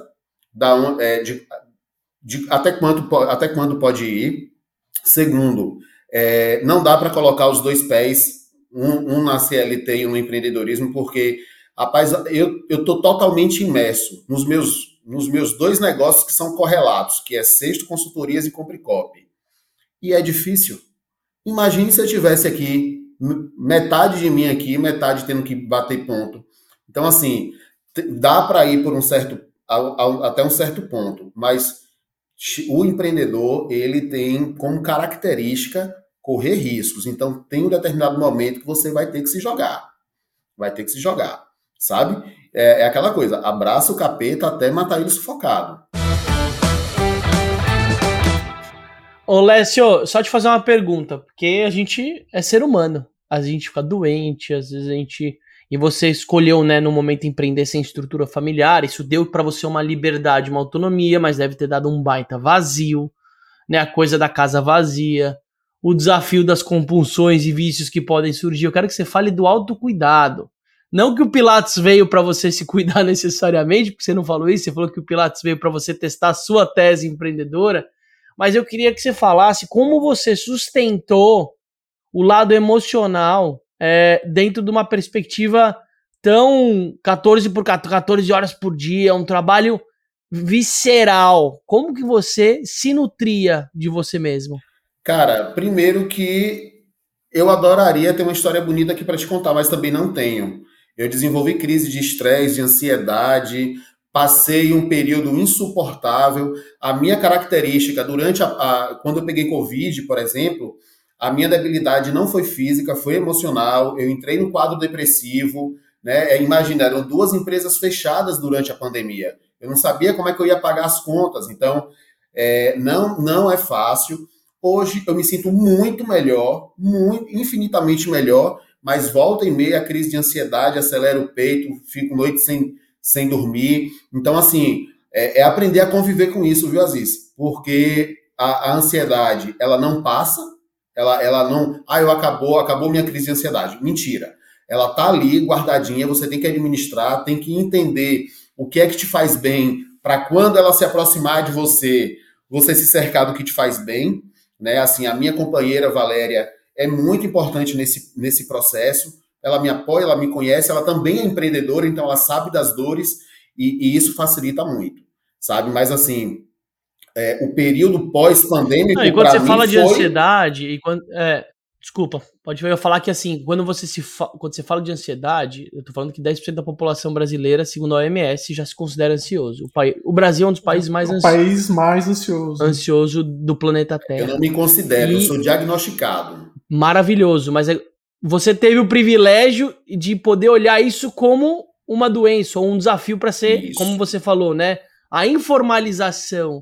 de até quando pode ir. Segundo, não dá para colocar os 2 pés, um na CLT e um no empreendedorismo, porque, rapaz, eu estou totalmente imerso nos meus 2 negócios que são correlatos, que é Sexto Consultorias e Compricop. E é difícil. Imagine se eu tivesse aqui, metade de mim aqui, metade tendo que bater ponto. Então, assim, dá para ir por até um certo ponto, mas o empreendedor, ele tem como característica correr riscos. Então, tem um determinado momento que você vai ter que se jogar. Vai ter que se jogar, sabe? É aquela coisa, abraça o capeta até matar ele sufocado. Ô, Lécio, só te fazer uma pergunta, porque a gente é ser humano, a gente fica doente, às vezes a gente... E você escolheu, né, no momento empreender sem estrutura familiar, isso deu para você uma liberdade, uma autonomia, mas deve ter dado um baita vazio, né, a coisa da casa vazia, o desafio das compulsões e vícios que podem surgir. Eu quero que você fale do autocuidado. Não que o Pilates veio para você se cuidar necessariamente, porque você não falou isso, você falou que o Pilates veio para você testar a sua tese empreendedora, mas eu queria que você falasse como você sustentou o lado emocional dentro de uma perspectiva tão 14 por 14 horas por dia, um trabalho visceral. Como que você se nutria de você mesmo? Cara, primeiro que eu adoraria ter uma história bonita aqui para te contar, mas também não tenho. Eu desenvolvi crise de estresse, de ansiedade, passei um período insuportável. A minha característica, quando eu peguei Covid, por exemplo, a minha debilidade não foi física, foi emocional. Eu entrei no quadro depressivo, né? Imagina, eram 2 empresas fechadas durante a pandemia. Eu não sabia como é que eu ia pagar as contas. Então, não é fácil. Hoje eu me sinto muito melhor, infinitamente melhor, mas volta e meia a crise de ansiedade, acelera o peito, fico noite sem dormir. Então, assim, é aprender a conviver com isso, viu, Aziz? Porque a ansiedade, ela não passa, ela não... acabou minha crise de ansiedade. Mentira. Ela tá ali, guardadinha, você tem que administrar, tem que entender o que é que te faz bem, para quando ela se aproximar de você, você se cercar do que te faz bem, né? Assim, a minha companheira, Valéria, é muito importante nesse processo. Ela me apoia, ela me conhece, ela também é empreendedora, então ela sabe das dores e isso facilita muito, sabe? Mas, assim, o período pós-pandêmico, para mim, quando você fala de ansiedade, e quando... Desculpa, eu falar que assim, quando você fala de ansiedade, eu tô falando que 10% da população brasileira, segundo a OMS, já se considera ansioso. O Brasil é um dos países mais ansioso do planeta Terra. Eu não me considero, eu sou diagnosticado. Maravilhoso, mas você teve o privilégio de poder olhar isso como uma doença ou um desafio para ser, Isso. como você falou, né? A informalização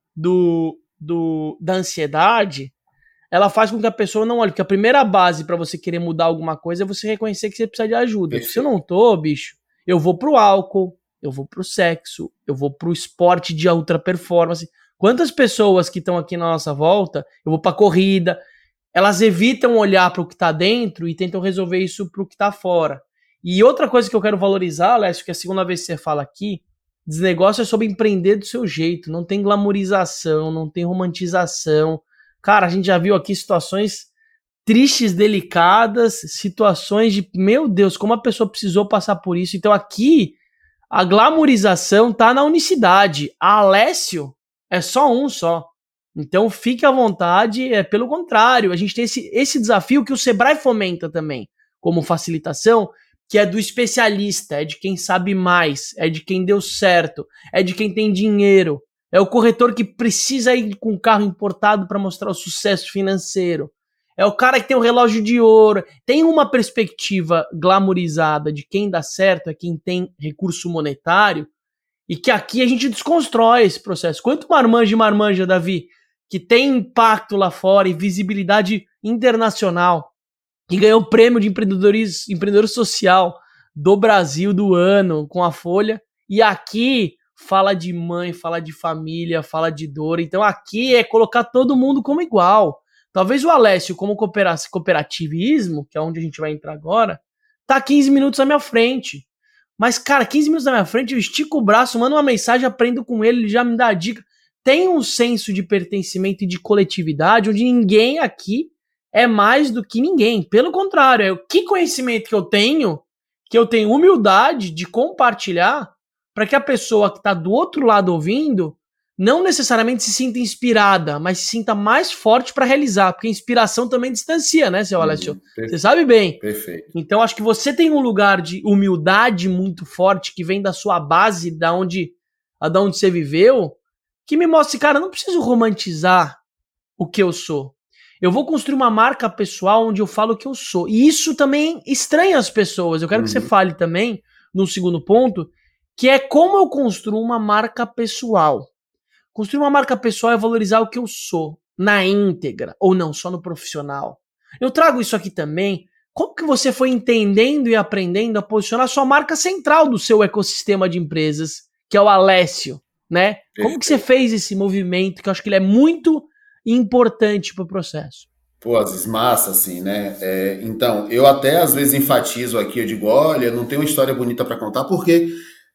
da ansiedade, ela faz com que a pessoa não olhe, porque a primeira base para você querer mudar alguma coisa é você reconhecer que você precisa de ajuda. Se eu não tô, bicho, eu vou pro álcool, eu vou pro sexo, eu vou pro esporte de ultra performance. Quantas pessoas que estão aqui na nossa volta, eu vou pra corrida, elas evitam olhar para o que está dentro e tentam resolver isso para o que está fora. E outra coisa que eu quero valorizar, Alessio, que é a segunda vez que você fala aqui, desnegócio é sobre empreender do seu jeito, não tem glamorização, não tem romantização. Cara, a gente já viu aqui situações tristes, delicadas, situações de, meu Deus, como a pessoa precisou passar por isso. Então aqui, a glamorização tá na unicidade. A Alessio é só um só. Então fique à vontade, pelo contrário, a gente tem esse desafio que o Sebrae fomenta também, como facilitação, que é do especialista, é de quem sabe mais, é de quem deu certo, é de quem tem dinheiro, é o corretor que precisa ir com um carro importado para mostrar o sucesso financeiro, é o cara que tem o relógio de ouro, tem uma perspectiva glamourizada de quem dá certo, é quem tem recurso monetário, e que aqui a gente desconstrói esse processo. Quanto marmanja, Davi, que tem impacto lá fora e visibilidade internacional, que ganhou o prêmio de empreendedor social do Brasil do ano com a Folha, e aqui fala de mãe, fala de família, fala de dor. Então aqui é colocar todo mundo como igual. Talvez o Alessio, como cooperativismo, que é onde a gente vai entrar agora, tá 15 minutos à minha frente. Mas, cara, 15 minutos na minha frente, eu estico o braço, mando uma mensagem, aprendo com ele, ele já me dá a dica. Tem um senso de pertencimento e de coletividade onde ninguém aqui é mais do que ninguém. Pelo contrário, é o que conhecimento que eu tenho humildade de compartilhar para que a pessoa que está do outro lado ouvindo não necessariamente se sinta inspirada, mas se sinta mais forte para realizar, porque a inspiração também distancia, né, seu Alessio? Você sabe bem. Perfeito. Então, acho que você tem um lugar de humildade muito forte que vem da sua base, da onde você viveu, que me mostra, cara, eu não preciso romantizar o que eu sou. Eu vou construir uma marca pessoal onde eu falo o que eu sou. E isso também estranha as pessoas. Eu quero que você fale também, num segundo ponto, que é como eu construo uma marca pessoal. Construir uma marca pessoal é valorizar o que eu sou, na íntegra, ou não, só no profissional. Eu trago isso aqui também. Como que você foi entendendo e aprendendo a posicionar a sua marca central do seu ecossistema de empresas, que é o Alessio, né? Perfeito. Como que você fez esse movimento, que eu acho que ele é muito importante para o processo? Pô, às vezes massa, assim, né? Então, eu até às vezes enfatizo aqui, eu digo, olha, não tem uma história bonita para contar, porque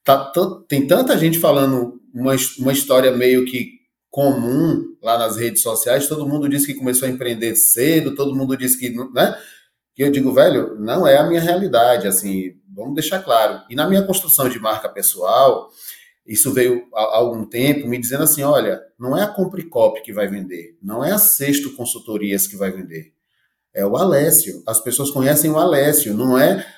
tem tanta gente falando uma história meio que comum lá nas redes sociais, todo mundo diz que começou a empreender cedo, todo mundo diz que, né? Que eu digo, velho, não é a minha realidade, assim, vamos deixar claro. E na minha construção de marca pessoal, isso veio há algum tempo me dizendo assim, olha, não é a Compricop que vai vender, não é a Sexto Consultorias que vai vender, é o Alessio. As pessoas conhecem o Alessio, não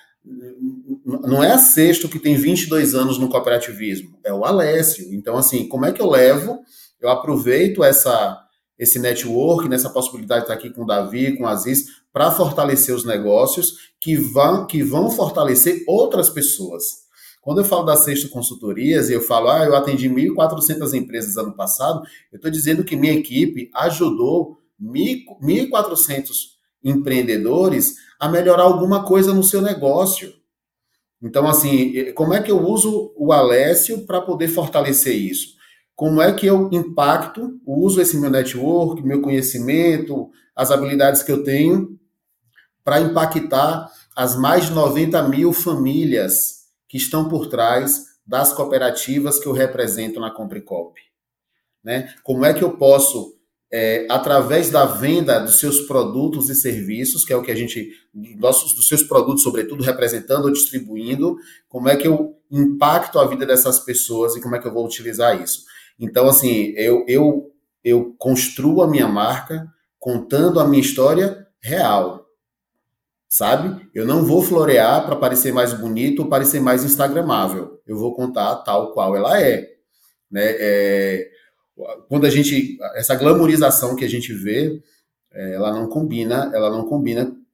é a Sexto que tem 22 anos no cooperativismo, é o Alessio. Então, assim, como é que eu aproveito esse network, nessa possibilidade de estar aqui com o Davi, com o Aziz, para fortalecer os negócios que vão fortalecer outras pessoas. Quando eu falo das Sexto Consultorias e eu falo, eu atendi 1.400 empresas ano passado, eu estou dizendo que minha equipe ajudou 1.400 empreendedores a melhorar alguma coisa no seu negócio. Então, assim, como é que eu uso o Alessio para poder fortalecer isso? Como é que eu uso esse meu network, meu conhecimento, as habilidades que eu tenho para impactar as mais de 90 mil famílias que estão por trás das cooperativas que eu represento na Compricop, né? Como é que eu posso, através da venda dos seus produtos e serviços, que é o que a gente, dos seus produtos, sobretudo, representando ou distribuindo, como é que eu impacto a vida dessas pessoas e como é que eu vou utilizar isso? Então, assim, eu construo a minha marca contando a minha história real, sabe? Eu não vou florear para parecer mais bonito ou parecer mais instagramável. Eu vou contar tal qual ela é, né? Quando essa glamourização que a gente vê, ela não combina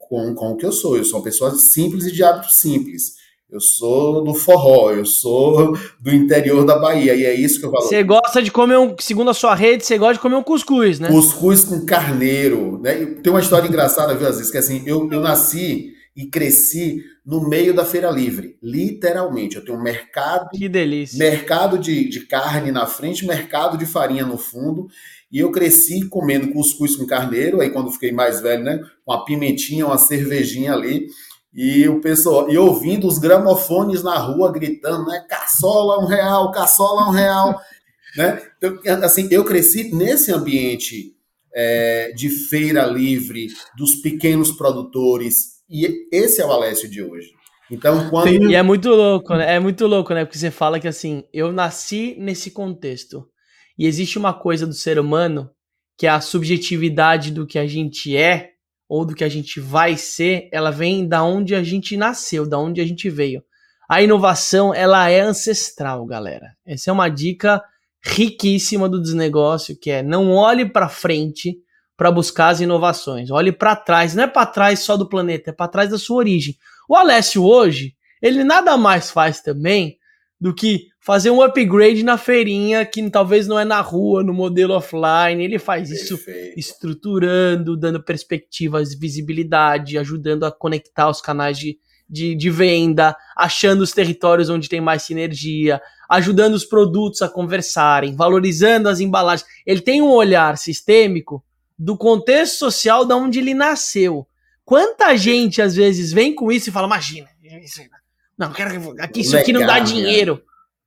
com o que eu sou. Eu sou uma pessoa simples e de hábitos simples. Eu sou do forró, eu sou do interior da Bahia, e é isso que eu valorizo. Você gosta de comer segundo a sua rede, você gosta de comer um cuscuz, né? Cuscuz com carneiro, né? Tem uma história engraçada, viu, Aziz, que assim, eu nasci e cresci no meio da Feira Livre, literalmente. Eu tenho um mercado, que delícia, mercado de carne na frente, mercado de farinha no fundo, e eu cresci comendo cuscuz com carneiro, aí quando fiquei mais velho, né, com uma pimentinha, uma cervejinha ali, e o pessoal, e ouvindo os gramofones na rua gritando, né, caçola R$1, caçola R$1, né? Então, assim, eu cresci nesse ambiente de feira livre, dos pequenos produtores, e esse é o Alessio de hoje. Então, E é muito louco, né? É muito louco, né? Porque você fala que assim, eu nasci nesse contexto. E existe uma coisa do ser humano que é a subjetividade do que a gente é ou do que a gente vai ser, ela vem da onde a gente nasceu, da onde a gente veio. A inovação, ela é ancestral, galera. Essa é uma dica riquíssima do desnegócio, que é não olhe para frente para buscar as inovações. Olhe para trás, não é para trás só do planeta, é para trás da sua origem. O Alessio hoje, ele nada mais faz também do que fazer um upgrade na feirinha, que talvez não é na rua, no modelo offline. Ele faz isso estruturando, dando perspectivas, visibilidade, ajudando a conectar os canais de venda, achando os territórios onde tem mais sinergia, ajudando os produtos a conversarem, valorizando as embalagens. Ele tem um olhar sistêmico do contexto social de onde ele nasceu. Quanta gente, às vezes, vem com isso e fala, imagina, não, quero aqui, isso aqui não dá dinheiro.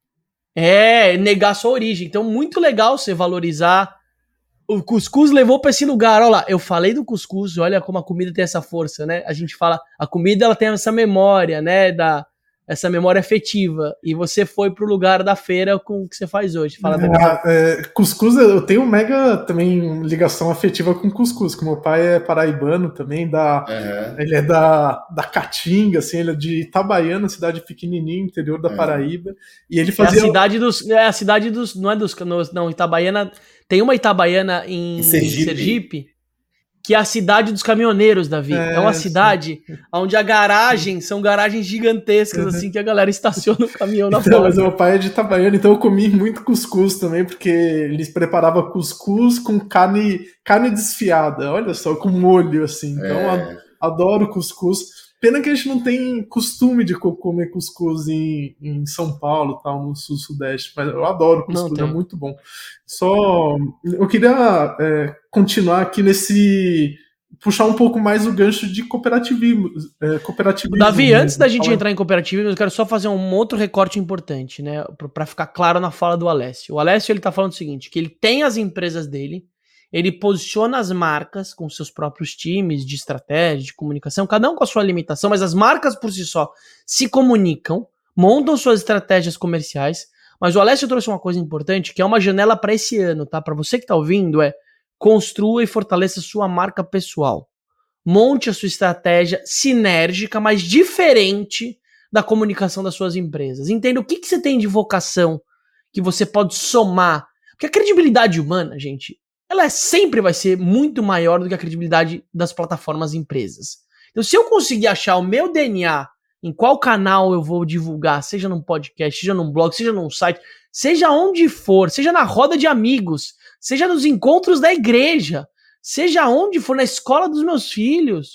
Negar sua origem. Então, muito legal você valorizar. O cuscuz levou para esse lugar. Olha lá, eu falei do cuscuz, olha como a comida tem essa força, né? A gente fala, a comida ela tem essa memória, né? Essa memória afetiva. E você foi pro lugar da feira com o que você faz hoje. Fala cuscuz, eu tenho mega também ligação afetiva com cuscuz, que meu pai é paraibano também, ele é da Caatinga, assim, ele é de Itabaiana, cidade pequenininha, interior da Paraíba, e ele fazia... a cidade dos, não, Itabaiana, tem uma Itabaiana em Sergipe, que é a cidade dos caminhoneiros, Davi. É uma cidade onde são garagens gigantescas, assim, que a galera estaciona o caminhão na porta. Mas meu pai é de Itabaiana, então eu comi muito cuscuz também, porque eles preparavam cuscuz com carne desfiada, olha só, com molho, assim. Então adoro cuscuz. Pena que a gente não tem costume de comer cuscuz em São Paulo, tal, no sul-sudeste, mas eu adoro cuscuz, é muito bom. Só, eu queria continuar aqui puxar um pouco mais o gancho de cooperativismo. Davi, antes da gente entrar em cooperativismo, eu quero só fazer um outro recorte importante, né, para ficar claro na fala do Alessio. O Alessio, ele tá falando o seguinte, que ele tem as empresas dele, ele posiciona as marcas com seus próprios times de estratégia, de comunicação, cada um com a sua limitação, mas as marcas por si só se comunicam, montam suas estratégias comerciais. Mas o Alessio trouxe uma coisa importante, que é uma janela para esse ano, tá? Para você que tá ouvindo, construa e fortaleça sua marca pessoal. Monte a sua estratégia sinérgica, mas diferente da comunicação das suas empresas. Entenda o que você tem de vocação que você pode somar. Porque a credibilidade humana, gente, ela sempre vai ser muito maior do que a credibilidade das plataformas e empresas. Então, se eu conseguir achar o meu DNA, em qual canal eu vou divulgar, seja num podcast, seja num blog, seja num site, seja onde for, seja na roda de amigos, seja nos encontros da igreja, seja onde for, na escola dos meus filhos,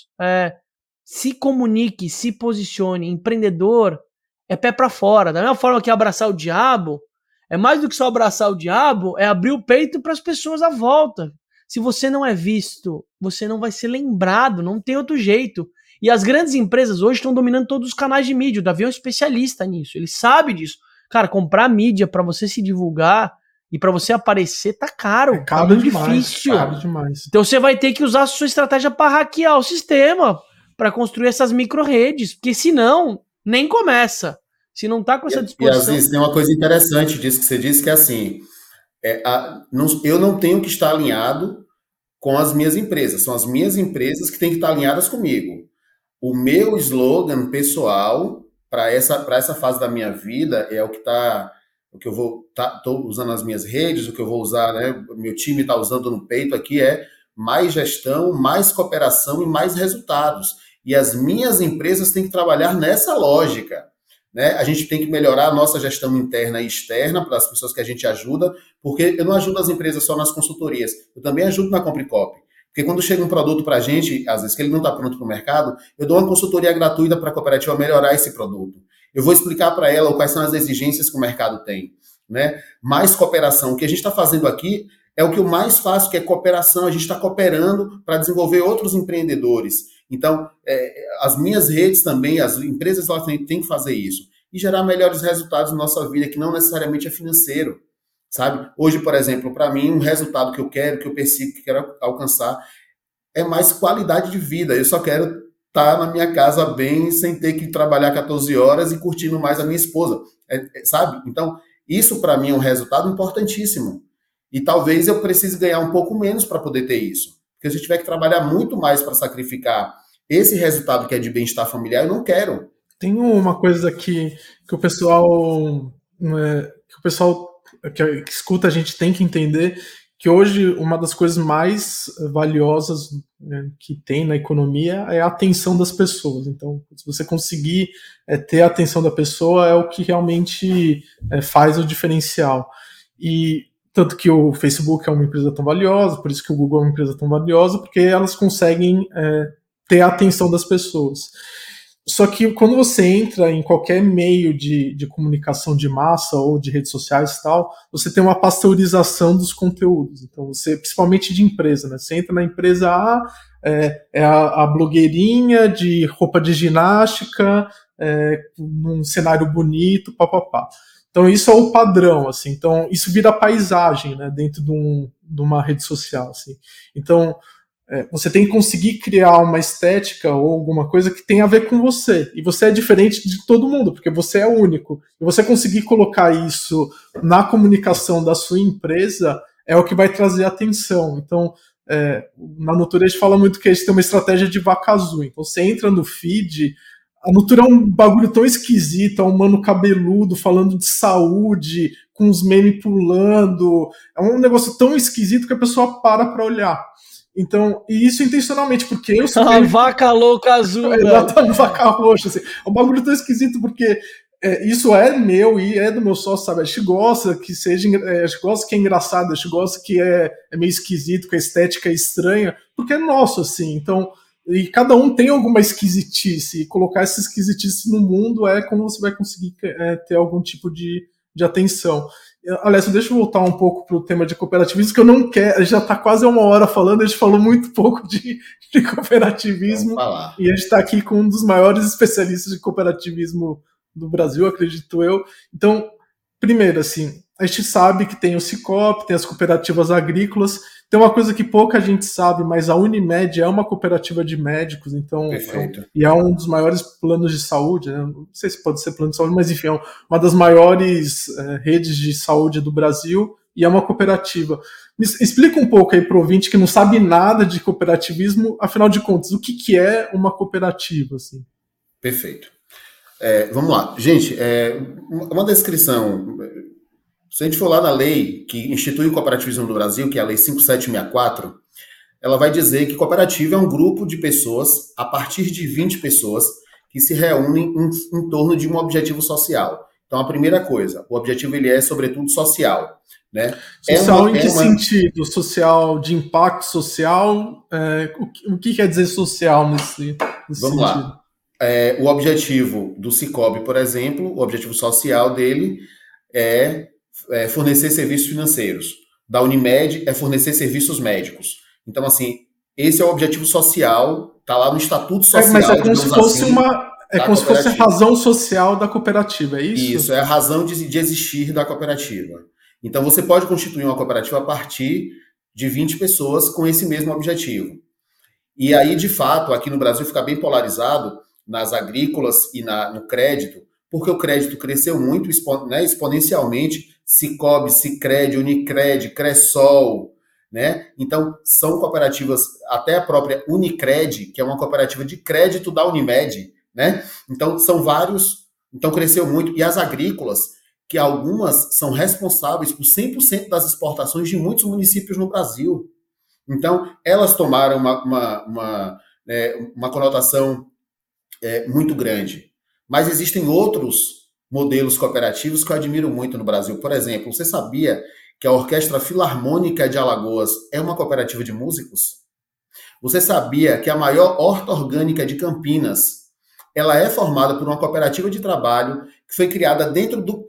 se comunique, se posicione. Empreendedor é pé pra fora. Da mesma forma que abraçar o diabo, é mais do que só abraçar o diabo, é abrir o peito para as pessoas à volta. Se você não é visto, você não vai ser lembrado, não tem outro jeito. E as grandes empresas hoje estão dominando todos os canais de mídia. O Davi é um especialista nisso, ele sabe disso. Cara, comprar mídia para você se divulgar e para você aparecer tá caro, tá muito difícil. Caro demais. Então você vai ter que usar a sua estratégia para hackear o sistema, para construir essas micro-redes, porque senão nem começa. Se não tá com essa disposição... E às vezes tem uma coisa interessante disso que você disse, que é assim, eu não tenho que estar alinhado com as minhas empresas, são as minhas empresas que têm que estar alinhadas comigo. O meu slogan pessoal para essa fase da minha vida é o que eu vou tô usando nas minhas redes, o que eu vou usar, né? Meu time está usando no peito aqui, é mais gestão, mais cooperação e mais resultados. E as minhas empresas têm que trabalhar nessa lógica. Né? A gente tem que melhorar a nossa gestão interna e externa para as pessoas que a gente ajuda, porque eu não ajudo as empresas só nas consultorias, eu também ajudo na Compre Copy. Porque quando chega um produto para a gente, às vezes que ele não está pronto para o mercado, eu dou uma consultoria gratuita para a cooperativa melhorar esse produto. Eu vou explicar para ela quais são as exigências que o mercado tem. Né? Mais cooperação. O que a gente está fazendo aqui é o que eu mais faço, que é cooperação. A gente está cooperando para desenvolver outros empreendedores. Então, as minhas redes também, as empresas elas têm que fazer isso. E gerar melhores resultados na nossa vida, que não necessariamente é financeiro. Sabe? Hoje, por exemplo, para mim, um resultado que eu quero, que eu persigo, que quero alcançar, é mais qualidade de vida. Eu só quero estar na minha casa bem, sem ter que trabalhar 14 horas e curtindo mais a minha esposa. Sabe? Então, isso para mim é um resultado importantíssimo. E talvez eu precise ganhar um pouco menos para poder ter isso. Porque se eu tiver que trabalhar muito mais para sacrificar esse resultado que é de bem-estar familiar, eu não quero. Tem uma coisa que o pessoal que escuta a gente tem que entender, que hoje uma das coisas mais valiosas, né, que tem na economia é a atenção das pessoas. Então, se você conseguir ter a atenção da pessoa, é o que realmente faz o diferencial. E tanto que o Facebook é uma empresa tão valiosa, por isso que o Google é uma empresa tão valiosa, porque elas conseguem ter a atenção das pessoas. Só que quando você entra em qualquer meio de comunicação de massa ou de redes sociais e tal, você tem uma pasteurização dos conteúdos. Então, você, principalmente de empresa, né? Você entra na empresa A, é a blogueirinha de roupa de ginástica, num cenário bonito, papapá. Então, isso é o padrão, assim. Então, isso vira paisagem, né? Dentro de uma rede social, assim. Então, você tem que conseguir criar uma estética ou alguma coisa que tenha a ver com você. E você é diferente de todo mundo, porque você é único. E você conseguir colocar isso na comunicação da sua empresa é o que vai trazer atenção. Então, na Natura a gente fala muito que a gente tem uma estratégia de vaca azul. Então, você entra no feed, a Natura é um bagulho tão esquisito, é um mano cabeludo falando de saúde, com os memes pulando. É um negócio tão esquisito que a pessoa para olhar. Então, e isso intencionalmente, porque eu sou. A vaca louca azul. Exatamente, vaca roxa. Assim. É um bagulho tão esquisito, porque isso é meu e é do meu sócio, sabe? A gente gosta que seja. A gente gosta que é engraçado, a gente gosta que é meio esquisito, que a estética é estranha, porque é nosso, assim. Então, e cada um tem alguma esquisitice, e colocar essa esquisitice no mundo é como você vai conseguir ter algum tipo de atenção. Aliás, deixa eu voltar um pouco para o tema de cooperativismo, que eu não quero, já está quase uma hora falando, a gente falou muito pouco de cooperativismo, e a gente está aqui com um dos maiores especialistas de cooperativismo do Brasil, acredito eu. Então, primeiro, assim, a gente sabe que tem o Sicoob, tem as cooperativas agrícolas, tem uma coisa que pouca gente sabe, mas a Unimed é uma cooperativa de médicos, então, e é um dos maiores planos de saúde, né? Não sei se pode ser plano de saúde, mas enfim, é uma das maiores redes de saúde do Brasil, e é uma cooperativa. Explica um pouco aí para o ouvinte que não sabe nada de cooperativismo, afinal de contas, o que é uma cooperativa? Assim? Perfeito. Vamos lá. Gente, uma descrição. Se a gente for lá na lei que institui o cooperativismo no Brasil, que é a Lei 5764, ela vai dizer que cooperativa é um grupo de pessoas, a partir de 20 pessoas, que se reúnem em torno de um objetivo social. Então, a primeira coisa, o objetivo ele é, sobretudo, social. Né? Social em que sentido? Social de impacto social? O que quer dizer social nesse Vamos sentido? Lá. O objetivo do Sicoob, por exemplo, o objetivo social dele é fornecer serviços financeiros. Da Unimed é fornecer serviços médicos. Então, assim, esse é o objetivo social, está lá no Estatuto Social. Mas é como se fosse como se fosse a razão social da cooperativa, é isso? Isso, é a razão de existir da cooperativa. Então, você pode constituir uma cooperativa a partir de 20 pessoas com esse mesmo objetivo. E aí, de fato, aqui no Brasil fica bem polarizado nas agrícolas e no crédito, porque o crédito cresceu muito, né, exponencialmente, Sicoob, Sicredi, Unicred, Cressol, né? Então, são cooperativas, até a própria Unicred, que é uma cooperativa de crédito da Unimed, né? Então, são vários, então cresceu muito. E as agrícolas, que algumas são responsáveis por 100% das exportações de muitos municípios no Brasil. Então, elas tomaram uma conotação muito grande. Mas existem outros modelos cooperativos que eu admiro muito no Brasil. Por exemplo, você sabia que a Orquestra Filarmônica de Alagoas é uma cooperativa de músicos? Você sabia que a maior horta orgânica de Campinas, ela é formada por uma cooperativa de trabalho que foi criada dentro do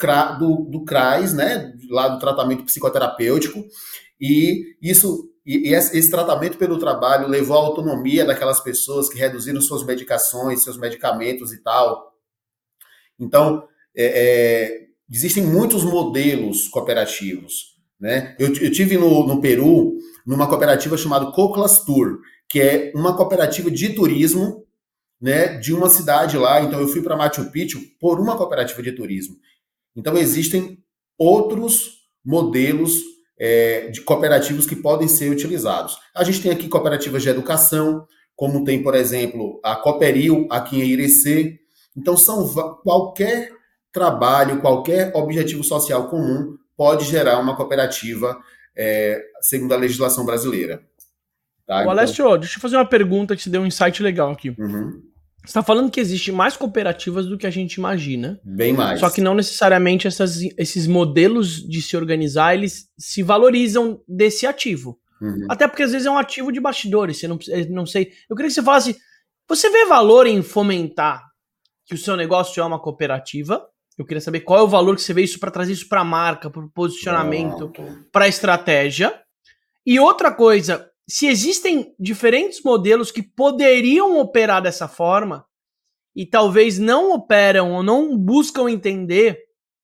CRAS, né, lá do tratamento psicoterapêutico, e esse tratamento pelo trabalho levou à autonomia daquelas pessoas que reduziram suas medicações, seus medicamentos e tal. Então, existem muitos modelos cooperativos, né? Eu tive no Peru, numa cooperativa chamada Coclas Tour, que é uma cooperativa de turismo, né, de uma cidade lá. Então eu fui para Machu Picchu por uma cooperativa de turismo. Então existem outros modelos de cooperativos que podem ser utilizados. A gente tem aqui cooperativas de educação, como tem, por exemplo, a Cooperil aqui em Irecê. Então qualquer trabalho, qualquer objetivo social comum pode gerar uma cooperativa segundo a legislação brasileira. Tá? Ô, Alessio, deixa eu fazer uma pergunta que te deu um insight legal aqui. Uhum. Você está falando que existe mais cooperativas do que a gente imagina. Bem mais. Só que não necessariamente esses modelos de se organizar, eles se valorizam desse ativo. Uhum. Até porque às vezes é um ativo de bastidores, você não sei. Eu queria que você falasse, você vê valor em fomentar que o seu negócio é uma cooperativa? Eu queria saber qual é o valor que você vê isso para trazer isso para a marca, para o posicionamento, para a estratégia. E outra coisa, se existem diferentes modelos que poderiam operar dessa forma e talvez não operam ou não buscam entender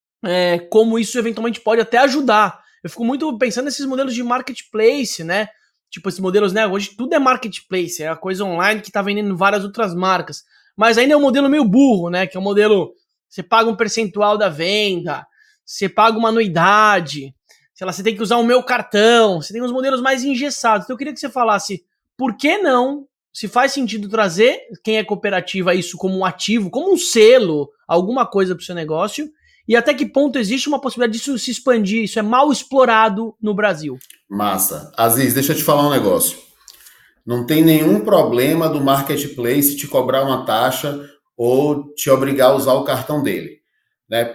como isso eventualmente pode até ajudar. Eu fico muito pensando nesses modelos de marketplace, né? Tipo, esses modelos, né? Hoje tudo é marketplace, é a coisa online que tá vendendo várias outras marcas. Mas ainda é um modelo meio burro, né? Que é um modelo, você paga um percentual da venda, você paga uma anuidade, sei lá, você tem que usar o meu cartão, você tem uns modelos mais engessados. Então eu queria que você falasse, por que não, se faz sentido trazer quem é cooperativa isso como um ativo, como um selo, alguma coisa para o seu negócio, e até que ponto existe uma possibilidade disso se expandir, isso é mal explorado no Brasil. Massa. Aziz, deixa eu te falar um negócio. Não tem nenhum problema do marketplace te cobrar uma taxa ou te obrigar a usar o cartão dele, né?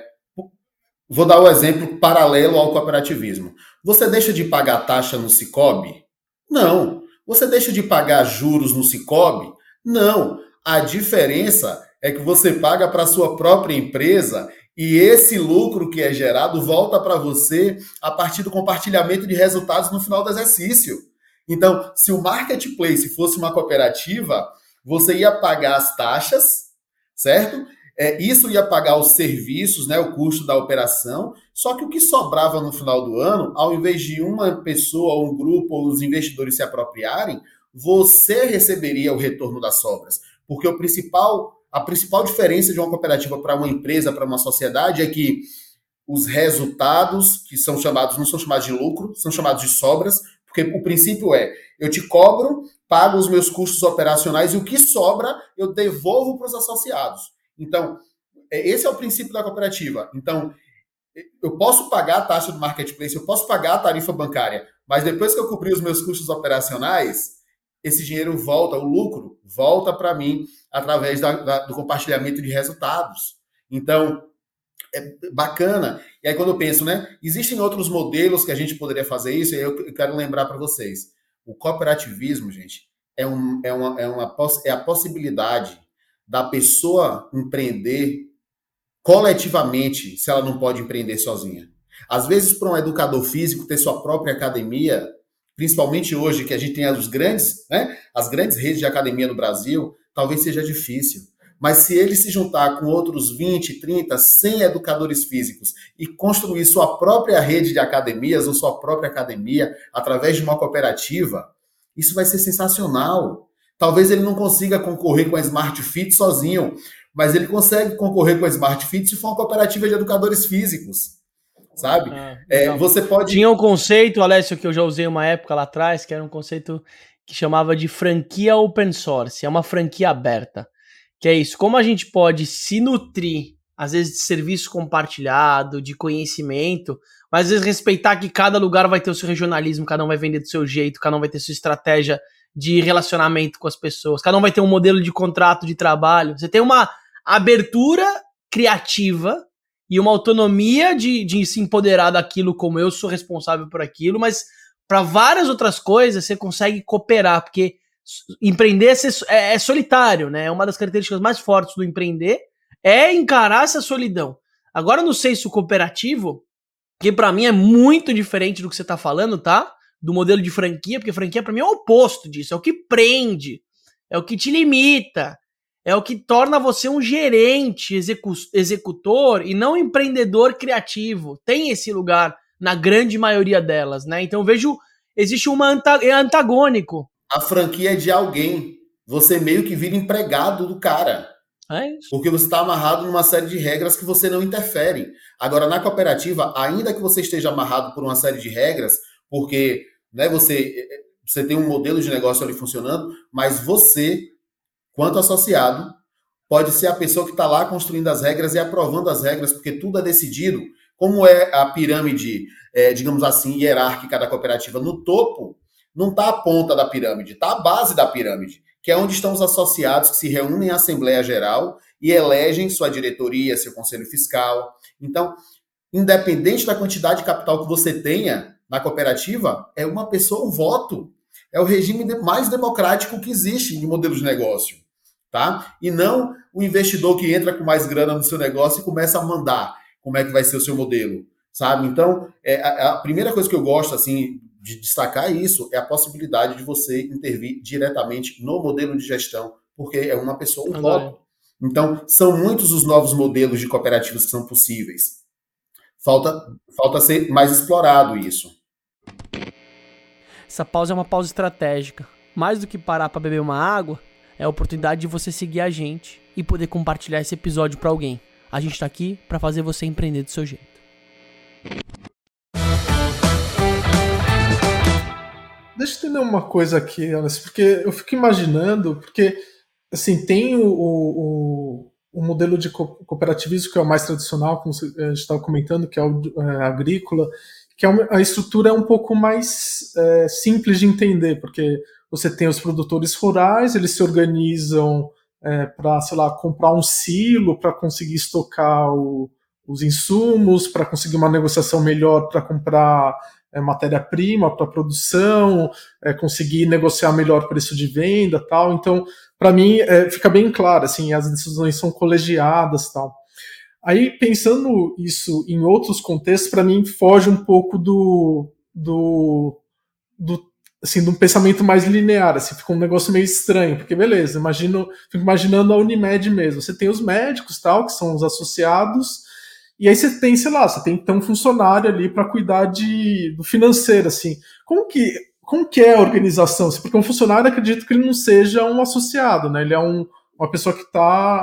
Vou dar um exemplo paralelo ao cooperativismo. Você deixa de pagar taxa no Sicoob? Não. Você deixa de pagar juros no Sicoob? Não. A diferença é que você paga para a sua própria empresa e esse lucro que é gerado volta para você a partir do compartilhamento de resultados no final do exercício. Então, se o marketplace fosse uma cooperativa, você ia pagar as taxas, certo? Isso ia pagar os serviços, né, o custo da operação, só que o que sobrava no final do ano, ao invés de uma pessoa, um grupo ou os investidores se apropriarem, você receberia o retorno das sobras. Porque a principal diferença de uma cooperativa para uma empresa, para uma sociedade, é que os resultados, que são chamados, não são chamados de lucro, são chamados de sobras, porque o princípio eu te cobro, pago os meus custos operacionais e o que sobra eu devolvo para os associados. Então, esse é o princípio da cooperativa. Então, eu posso pagar a taxa do marketplace, eu posso pagar a tarifa bancária, mas depois que eu cobrir os meus custos operacionais, esse dinheiro volta, o lucro volta para mim através do compartilhamento de resultados. Então, é bacana. E aí, quando eu penso, né, existem outros modelos que a gente poderia fazer isso, e eu quero lembrar para vocês. O cooperativismo, gente, é a possibilidade da pessoa empreender coletivamente, se ela não pode empreender sozinha. Às vezes, para um educador físico ter sua própria academia, principalmente hoje que a gente tem as grandes redes de academia no Brasil, talvez seja difícil. Mas se ele se juntar com outros 20, 30, 100 educadores físicos e construir sua própria rede de academias ou sua própria academia através de uma cooperativa, isso vai ser sensacional. Talvez ele não consiga concorrer com a Smart Fit sozinho, mas ele consegue concorrer com a Smart Fit se for uma cooperativa de educadores físicos, sabe? Você pode... Tinha um conceito, Alessio, que eu já usei uma época lá atrás, que era um conceito que chamava de franquia open source, é uma franquia aberta, que é isso, como a gente pode se nutrir, às vezes, de serviço compartilhado, de conhecimento, mas às vezes respeitar que cada lugar vai ter o seu regionalismo, cada um vai vender do seu jeito, cada um vai ter sua estratégia de relacionamento com as pessoas. Cada um vai ter um modelo de contrato de trabalho. Você tem uma abertura criativa e uma autonomia de se empoderar daquilo, como eu sou responsável por aquilo, mas para várias outras coisas você consegue cooperar, porque empreender é solitário, né? Uma das características mais fortes do empreender é encarar essa solidão. Agora, no senso cooperativo, que para mim é muito diferente do que você tá falando, tá? Do modelo de franquia, porque franquia para mim é o oposto disso, é o que prende, é o que te limita, é o que torna você um gerente, executor e não um empreendedor criativo. Tem esse lugar na grande maioria delas, né? Então eu vejo, existe é antagônico. A franquia é de alguém. Você meio que vira empregado do cara. É isso. Porque você está amarrado numa série de regras que você não interfere. Agora, na cooperativa, ainda que você esteja amarrado por uma série de regras, porque né, você tem um modelo de negócio ali funcionando, mas você, quanto associado, pode ser a pessoa que está lá construindo as regras e aprovando as regras, porque tudo é decidido. Como é a pirâmide, digamos assim, hierárquica da cooperativa? No topo, não está a ponta da pirâmide, está a base da pirâmide, que é onde estão os associados que se reúnem em Assembleia Geral e elegem sua diretoria, seu conselho fiscal. Então, independente da quantidade de capital que você tenha na cooperativa, é uma pessoa, um voto. É o regime mais democrático que existe de modelo de negócio. Tá? E não o investidor que entra com mais grana no seu negócio e começa a mandar como é que vai ser o seu modelo. Sabe? Então, a primeira coisa que eu gosto assim, de destacar isso é a possibilidade de você intervir diretamente no modelo de gestão, porque é uma pessoa, um voto. Então, são muitos os novos modelos de cooperativas que são possíveis. Falta ser mais explorado isso. Essa pausa é uma pausa estratégica. Mais do que parar para beber uma água, é a oportunidade de você seguir a gente e poder compartilhar esse episódio para alguém. A gente tá aqui para fazer você empreender do seu jeito. Deixa eu entender uma coisa aqui, Alice, porque eu fico imaginando, porque assim, tem o modelo de cooperativismo que é o mais tradicional, como a gente estava comentando, que é o agrícola, que a estrutura é um pouco mais simples de entender, porque você tem os produtores rurais, eles se organizam para, sei lá, comprar um silo para conseguir estocar os insumos, para conseguir uma negociação melhor para comprar matéria-prima para produção, conseguir negociar melhor preço de venda, tal. Então, para mim, fica bem claro, assim, as decisões são colegiadas, tal. Aí, pensando isso em outros contextos, para mim, foge um pouco assim, de um pensamento mais linear, assim, fica um negócio meio estranho, porque beleza, fico imaginando a Unimed mesmo. Você tem os médicos, tal, que são os associados, e aí você tem, sei lá, você tem então um funcionário ali para cuidar do financeiro, assim. Como que é a organização? Porque um funcionário, acredito que ele não seja um associado, né? Ele é uma pessoa que está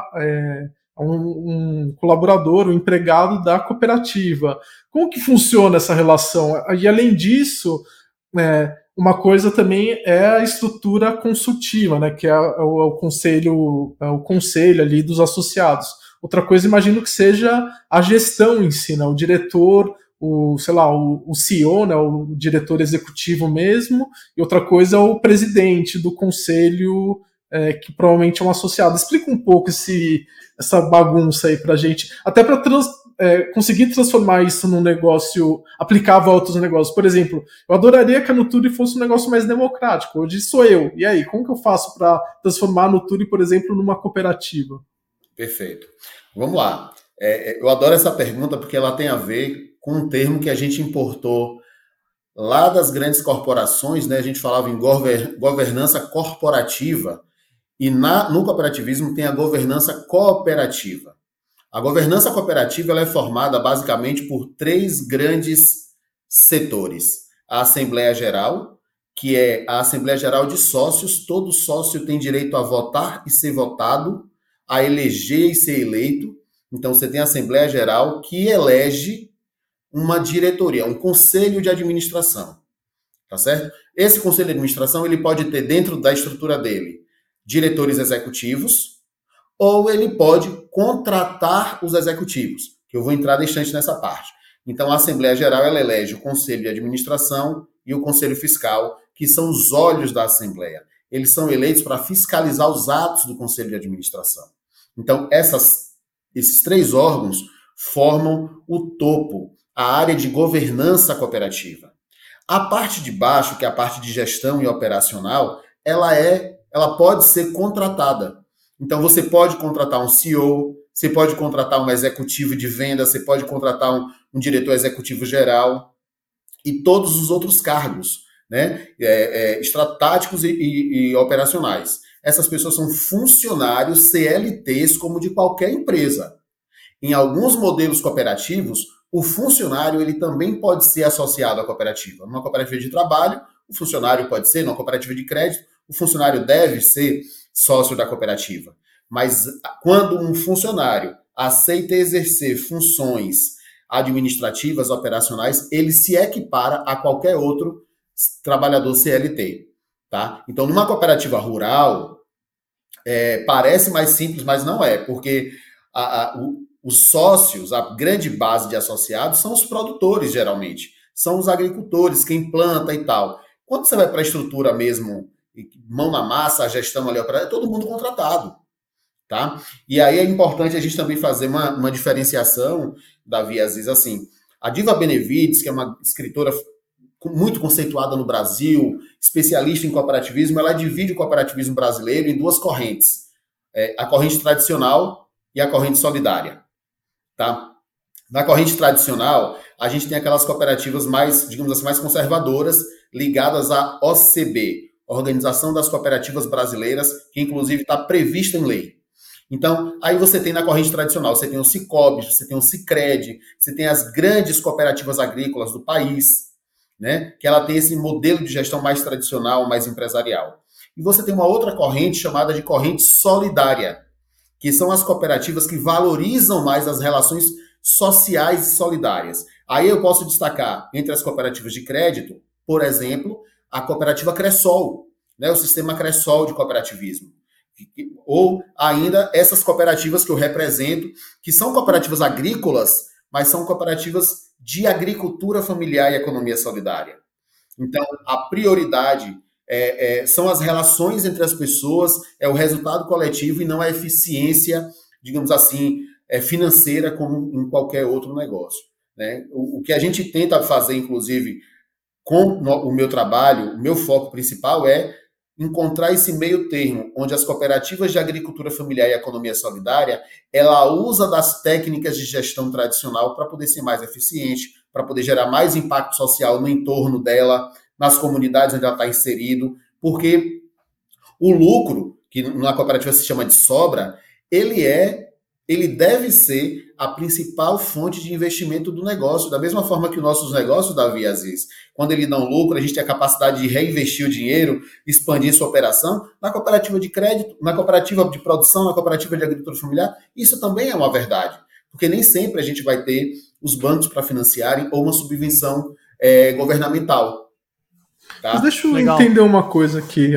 um colaborador, um empregado da cooperativa. Como que funciona essa relação? E além disso, uma coisa também é a estrutura consultiva, né? Que é o conselho ali dos associados. Outra coisa, imagino que seja a gestão em si, né? O diretor, o CEO, né? O diretor executivo mesmo, e outra coisa é o presidente do conselho, que provavelmente é um associado. Explica um pouco essa bagunça aí pra gente, até para conseguir transformar isso num negócio aplicável a outros negócios. Por exemplo, eu adoraria que a Nuturi fosse um negócio mais democrático. Hoje sou eu. E aí, como que eu faço para transformar a Nuturi, por exemplo, numa cooperativa? Perfeito. Vamos lá. Eu adoro essa pergunta porque ela tem a ver com um termo que a gente importou lá das grandes corporações, né? A gente falava em governança corporativa e no cooperativismo tem a governança cooperativa. A governança cooperativa ela é formada basicamente por 3 grandes setores. A Assembleia Geral, que é a Assembleia Geral de Sócios. Todo sócio tem direito a votar e ser votado, a eleger e ser eleito. Então, você tem a Assembleia Geral que elege uma diretoria, um conselho de administração. Tá certo? Esse conselho de administração ele pode ter dentro da estrutura dele diretores executivos ou ele pode contratar os executivos, que eu vou entrar distante nessa parte. Então, a Assembleia Geral ela elege o conselho de administração e o conselho fiscal, que são os olhos da Assembleia. eles são eleitos para fiscalizar os atos do conselho de administração. Então, esses 3 órgãos formam o topo, a área de governança cooperativa. A parte de baixo, que é a parte de gestão e operacional, ela pode ser contratada. Então, você pode contratar um CEO, você pode contratar um executivo de venda, você pode contratar um diretor executivo geral e todos os outros cargos, né? Estratágicos e operacionais. Essas pessoas são funcionários CLTs como de qualquer empresa. Em alguns modelos cooperativos, o funcionário ele também pode ser associado à cooperativa. Numa cooperativa de trabalho, o funcionário pode ser, numa cooperativa de crédito, o funcionário deve ser sócio da cooperativa. Mas quando um funcionário aceita exercer funções administrativas, operacionais, ele se equipara a qualquer outro trabalhador CLT. Tá? Então, numa cooperativa rural, parece mais simples, mas não é, porque os sócios, a grande base de associados, são os produtores, geralmente. São os agricultores, quem planta e tal. Quando você vai para a estrutura mesmo, mão na massa, a gestão ali, é todo mundo contratado. Tá? E aí é importante a gente também fazer uma diferenciação, Davi, às vezes assim. A Diva Benevides, que é uma escritora muito conceituada no Brasil, especialista em cooperativismo, ela divide o cooperativismo brasileiro em 2 correntes. A corrente tradicional e a corrente solidária. Tá? Na corrente tradicional, a gente tem aquelas cooperativas mais, digamos assim, mais conservadoras, ligadas à OCB, Organização das Cooperativas Brasileiras, que inclusive está prevista em lei. Então, aí você tem na corrente tradicional, você tem o Sicoob, você tem o Sicredi, você tem as grandes cooperativas agrícolas do país, né? Que ela tem esse modelo de gestão mais tradicional, mais empresarial. E você tem uma outra corrente chamada de corrente solidária, que são as cooperativas que valorizam mais as relações sociais e solidárias. Aí eu posso destacar, entre as cooperativas de crédito, por exemplo, a cooperativa Cressol, né, o sistema Cressol de cooperativismo. Ou ainda essas cooperativas que eu represento, que são cooperativas agrícolas, mas são cooperativas de agricultura familiar e economia solidária. Então, a prioridade são as relações entre as pessoas, é o resultado coletivo e não a eficiência, digamos assim, financeira como em qualquer outro negócio. Né? O que a gente tenta fazer, inclusive, com o meu trabalho, o meu foco principal é encontrar esse meio termo, onde as cooperativas de agricultura familiar e economia solidária, ela usa das técnicas de gestão tradicional para poder ser mais eficiente, para poder gerar mais impacto social no entorno dela, nas comunidades onde ela está inserido, porque o lucro, que na cooperativa se chama de sobra, ele deve ser a principal fonte de investimento do negócio, da mesma forma que os nossos negócios, Davi, às vezes, quando ele dá um lucro, a gente tem a capacidade de reinvestir o dinheiro, expandir sua operação, na cooperativa de crédito, na cooperativa de produção, na cooperativa de agricultura familiar, isso também é uma verdade, porque nem sempre a gente vai ter os bancos para financiarem ou uma subvenção governamental. Tá? Mas deixa eu entender uma coisa aqui,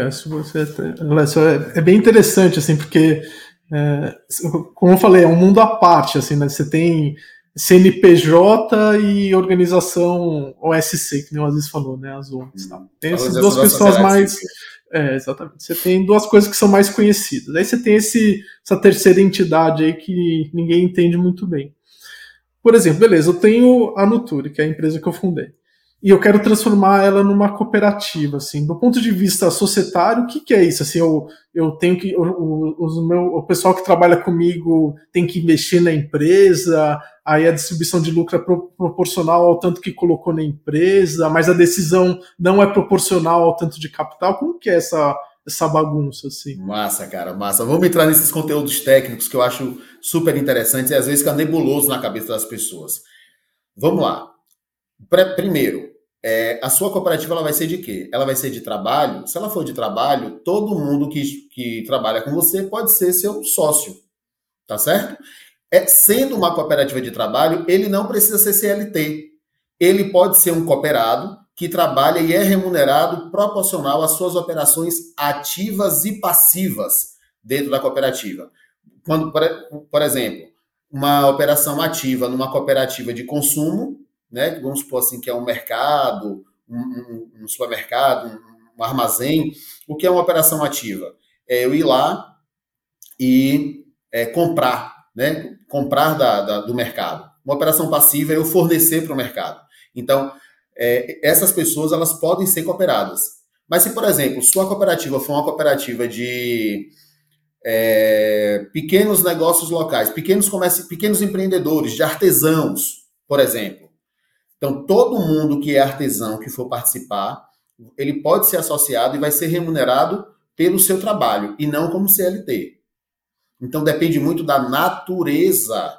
é bem interessante, assim, porque como eu falei, é um mundo à parte, assim, né? Você tem CNPJ e organização OSC, que nem o Aziz falou, né? As ONGs, tá? Tem essas 2 pessoas mais... exatamente. Você tem 2 coisas que são mais conhecidas. Aí você tem essa terceira entidade aí que ninguém entende muito bem. Por exemplo, beleza, eu tenho a Nuturi, que é a empresa que eu fundei. E eu quero transformar ela numa cooperativa, assim, do ponto de vista societário, o que é isso? Assim, eu tenho que, o pessoal que trabalha comigo tem que investir na empresa, aí a distribuição de lucro é proporcional ao tanto que colocou na empresa, mas a decisão não é proporcional ao tanto de capital. Como que é essa bagunça, assim? Massa, cara, massa. Vamos entrar nesses conteúdos técnicos que eu acho super interessantes e às vezes fica nebuloso na cabeça das pessoas. Vamos lá. Primeiro, a sua cooperativa ela vai ser de quê? Ela vai ser de trabalho? Se ela for de trabalho, todo mundo que trabalha com você pode ser seu sócio, tá certo? Sendo uma cooperativa de trabalho, ele não precisa ser CLT. Ele pode ser um cooperado que trabalha e é remunerado proporcional às suas operações ativas e passivas dentro da cooperativa. Quando, por exemplo, uma operação ativa numa cooperativa de consumo, né, vamos supor assim, que é um mercado, um supermercado, um armazém, o que é uma operação ativa? É eu ir lá e comprar, né? Comprar do mercado. Uma operação passiva é eu fornecer para o mercado. Então, essas pessoas elas podem ser cooperadas. Mas se, por exemplo, sua cooperativa for uma cooperativa de pequenos negócios locais, pequenos empreendedores, de artesãos, por exemplo. Então, todo mundo que é artesão, que for participar, ele pode ser associado e vai ser remunerado pelo seu trabalho, e não como CLT. Então, depende muito da natureza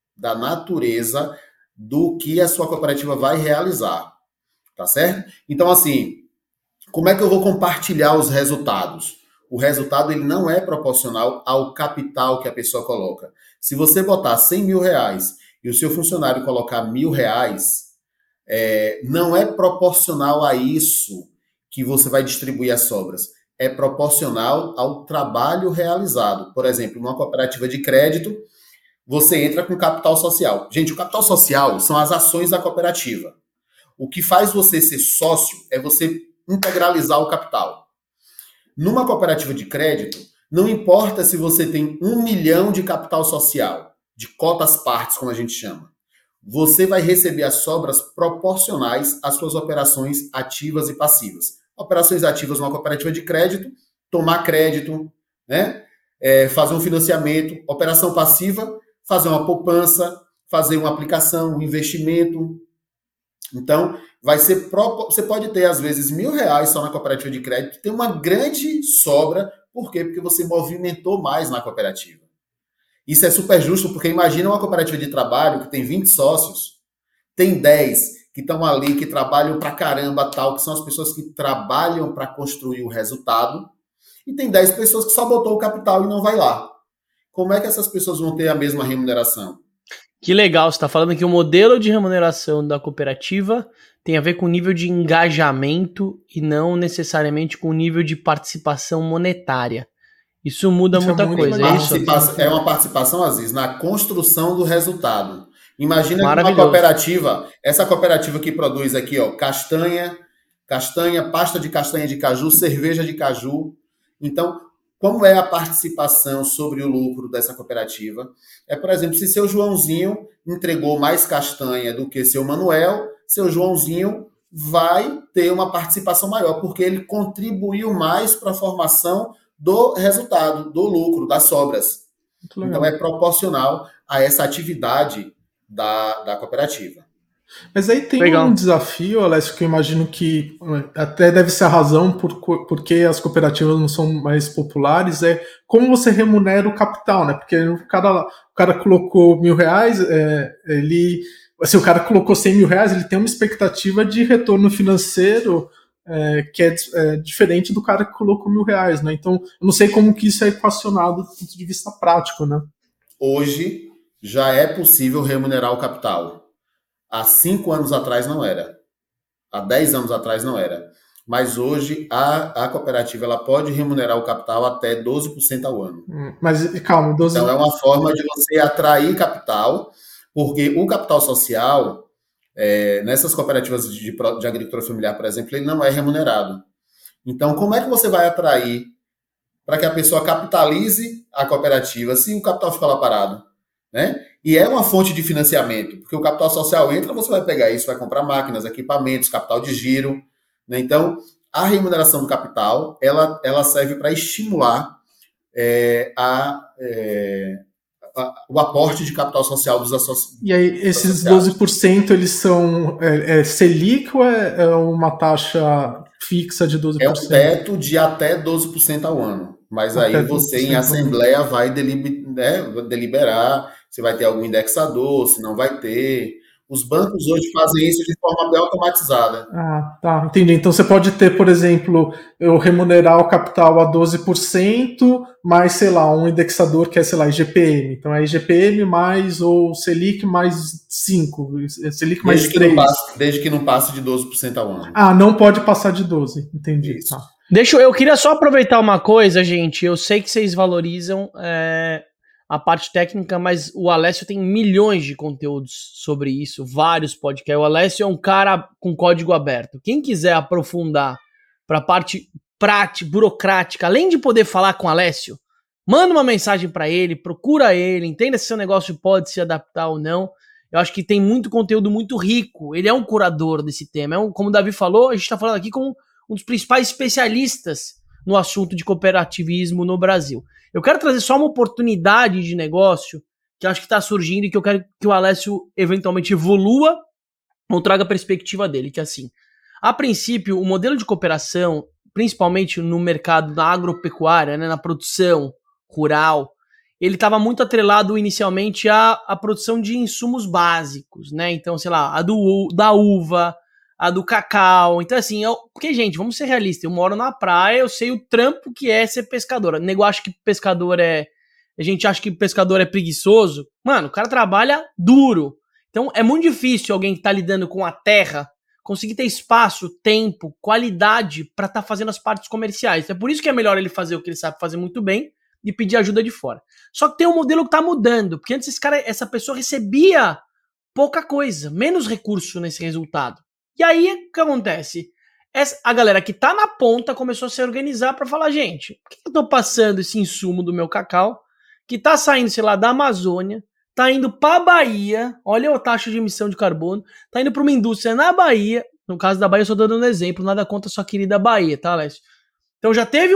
do que a sua cooperativa vai realizar, tá certo? Então, assim, como é que eu vou compartilhar os resultados? O resultado ele não é proporcional ao capital que a pessoa coloca. Se você botar 100 mil reais e o seu funcionário colocar R$1.000, não é proporcional a isso que você vai distribuir as sobras. É proporcional ao trabalho realizado. Por exemplo, numa cooperativa de crédito, você entra com capital social. Gente, o capital social são as ações da cooperativa. O que faz você ser sócio é você integralizar o capital. Numa cooperativa de crédito, não importa se você tem 1 milhão de capital social, de cotas partes, como a gente chama. Você vai receber as sobras proporcionais às suas operações ativas e passivas. Operações ativas numa cooperativa de crédito, tomar crédito, né? Fazer um financiamento. Operação passiva, fazer uma poupança, fazer uma aplicação, um investimento. Então, você pode ter, às vezes, R$1.000 só na cooperativa de crédito, tem uma grande sobra. Por quê? Porque você movimentou mais na cooperativa. Isso é super justo, porque imagina uma cooperativa de trabalho que tem 20 sócios, tem 10 que estão ali, que trabalham pra caramba, tal, que são as pessoas que trabalham para construir o resultado, e tem 10 pessoas que só botou o capital e não vai lá. Como é que essas pessoas vão ter a mesma remuneração? Que legal, você está falando que o modelo de remuneração da cooperativa tem a ver com o nível de engajamento e não necessariamente com o nível de participação monetária. Isso muda muita coisa, é isso? É uma participação, Aziz, na construção do resultado. Imagina que uma cooperativa, essa cooperativa que produz aqui, ó, castanha, pasta de castanha de caju, cerveja de caju. Então, como é a participação sobre o lucro dessa cooperativa? Por exemplo, se seu Joãozinho entregou mais castanha do que seu Manuel, seu Joãozinho vai ter uma participação maior, porque ele contribuiu mais para a formação do resultado, do lucro, das sobras. Então, é proporcional a essa atividade da cooperativa. Mas aí tem um desafio, Alessio, que eu imagino que até deve ser a razão porque as cooperativas não são mais populares, é como você remunera o capital, né? Porque o cara colocou R$1.000, se o cara colocou R$100.000, ele tem uma expectativa de retorno financeiro que é diferente do cara que colocou R$1.000, né? Então, eu não sei como que isso é equacionado do ponto de vista prático, né? Hoje já é possível remunerar o capital. Há 5 anos atrás não era. Há 10 anos atrás não era. Mas hoje a cooperativa ela pode remunerar o capital até 12% ao ano. Mas calma, 12%. Então é uma forma de você atrair capital, porque o capital social, nessas cooperativas de agricultura familiar, por exemplo, ele não é remunerado. Então, como é que você vai atrair para que a pessoa capitalize a cooperativa se o capital ficar lá parado? Né? E é uma fonte de financiamento, porque o capital social entra, você vai pegar isso, vai comprar máquinas, equipamentos, capital de giro. Né? Então, a remuneração do capital, ela serve para estimular o aporte de capital social dos associados. E aí, esses 12%, eles são Selic ou é uma taxa fixa de 12%? É um teto de até 12% ao ano. Mas aí você, em assembleia, vai deliberar se vai ter algum indexador, se não vai ter. Os bancos hoje fazem isso de forma bem automatizada. Ah, tá, entendi. Então você pode ter, por exemplo, eu remunerar o capital a 12%, mais, sei lá, um indexador que é, sei lá, IGPM. Então é IGPM mais ou Selic mais 5, Selic mais 3. Desde que não passe de 12% ao ano. Ah, não pode passar de 12, entendi. Tá. Eu queria só aproveitar uma coisa, gente. Eu sei que vocês valorizam a parte técnica, mas o Alessio tem milhões de conteúdos sobre isso, vários podcasts. O Alessio é um cara com código aberto. Quem quiser aprofundar para a parte prática, burocrática, além de poder falar com o Alessio, manda uma mensagem para ele, procura ele, entenda se seu negócio pode se adaptar ou não. Eu acho que tem muito conteúdo muito rico. Ele é um curador desse tema. Como o Davi falou, a gente está falando aqui com um dos principais especialistas no assunto de cooperativismo no Brasil. Eu quero trazer só uma oportunidade de negócio que eu acho que está surgindo e que eu quero que o Alessio eventualmente evolua ou traga a perspectiva dele, que é assim. A princípio, o modelo de cooperação, principalmente no mercado da agropecuária, né, na produção rural, ele estava muito atrelado inicialmente à produção de insumos básicos, né? Então, sei lá, da uva, a do cacau. Então, assim, porque, gente, vamos ser realistas, eu moro na praia, eu sei o trampo que é ser pescador. Nego acha que pescador a gente acha que pescador é preguiçoso. Mano, o cara trabalha duro. Então, é muito difícil alguém que tá lidando com a terra conseguir ter espaço, tempo, qualidade para estar fazendo as partes comerciais. É por isso que é melhor ele fazer o que ele sabe fazer muito bem e pedir ajuda de fora. Só que tem um modelo que tá mudando, porque antes essa pessoa recebia pouca coisa, menos recurso nesse resultado. E aí, o que acontece? A galera que tá na ponta começou a se organizar para falar, gente, por que eu tô passando esse insumo do meu cacau, que tá saindo, sei lá, da Amazônia, tá indo pra Bahia, olha a taxa de emissão de carbono, tá indo pra uma indústria na Bahia, no caso da Bahia eu só tô dando um exemplo, nada contra a sua querida Bahia, tá, Alessio? Então já teve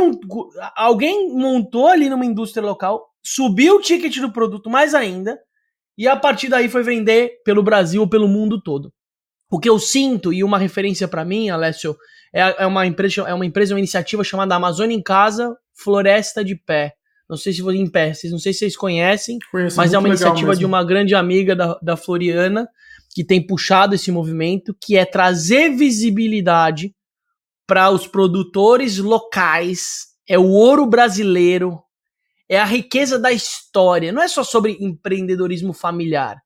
alguém montou ali numa indústria local, subiu o ticket do produto mais ainda, e a partir daí foi vender pelo Brasil ou pelo mundo todo. O que eu sinto, e uma referência para mim, Alessio, é uma empresa, uma iniciativa chamada Amazônia em Casa, Floresta de Pé. Não sei se vocês em pé, não sei se vocês conhecem, mas é uma iniciativa de uma grande amiga da Floriana, que tem puxado esse movimento, que é trazer visibilidade para os produtores locais, é o ouro brasileiro, é a riqueza da história, não é só sobre empreendedorismo familiar.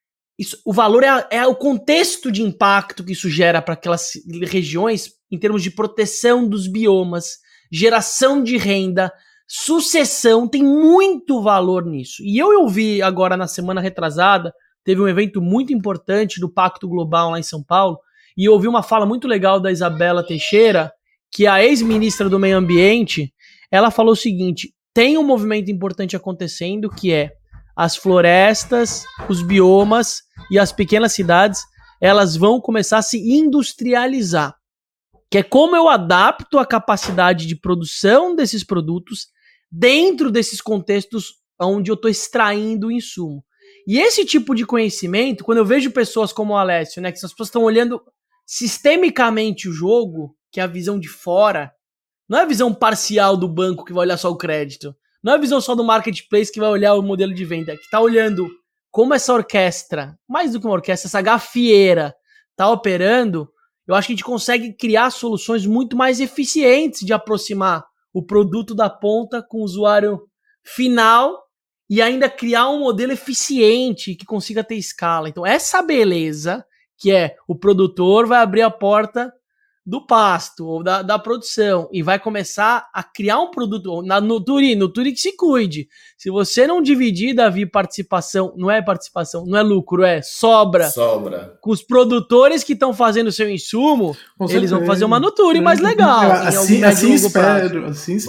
O valor é o contexto de impacto que isso gera para aquelas regiões em termos de proteção dos biomas, geração de renda, sucessão, tem muito valor nisso. E eu vi agora na semana retrasada, teve um evento muito importante do Pacto Global lá em São Paulo, e eu ouvi uma fala muito legal da Isabela Teixeira, que é a ex-ministra do Meio Ambiente. Ela falou o seguinte: tem um movimento importante acontecendo, que é as florestas, os biomas e as pequenas cidades, elas vão começar a se industrializar, que é como eu adapto a capacidade de produção desses produtos dentro desses contextos onde eu estou extraindo o insumo. E esse tipo de conhecimento, quando eu vejo pessoas como o Alessio, né, que essas pessoas estão olhando sistemicamente o jogo, que é a visão de fora, não é a visão parcial do banco que vai olhar só o crédito, não é a visão só do marketplace que vai olhar o modelo de venda, que está olhando como essa orquestra, mais do que uma orquestra, essa gafieira está operando. Eu acho que a gente consegue criar soluções muito mais eficientes de aproximar o produto da ponta com o usuário final e ainda criar um modelo eficiente que consiga ter escala. Então, essa beleza, que é o produtor vai abrir a porta do pasto ou da produção e vai começar a criar um produto no Turi que se cuide. Se você não dividir, Davi, não é lucro, é sobra com os produtores que estão fazendo o seu insumo, eles vão fazer uma Nuturi mais legal. Assim espero.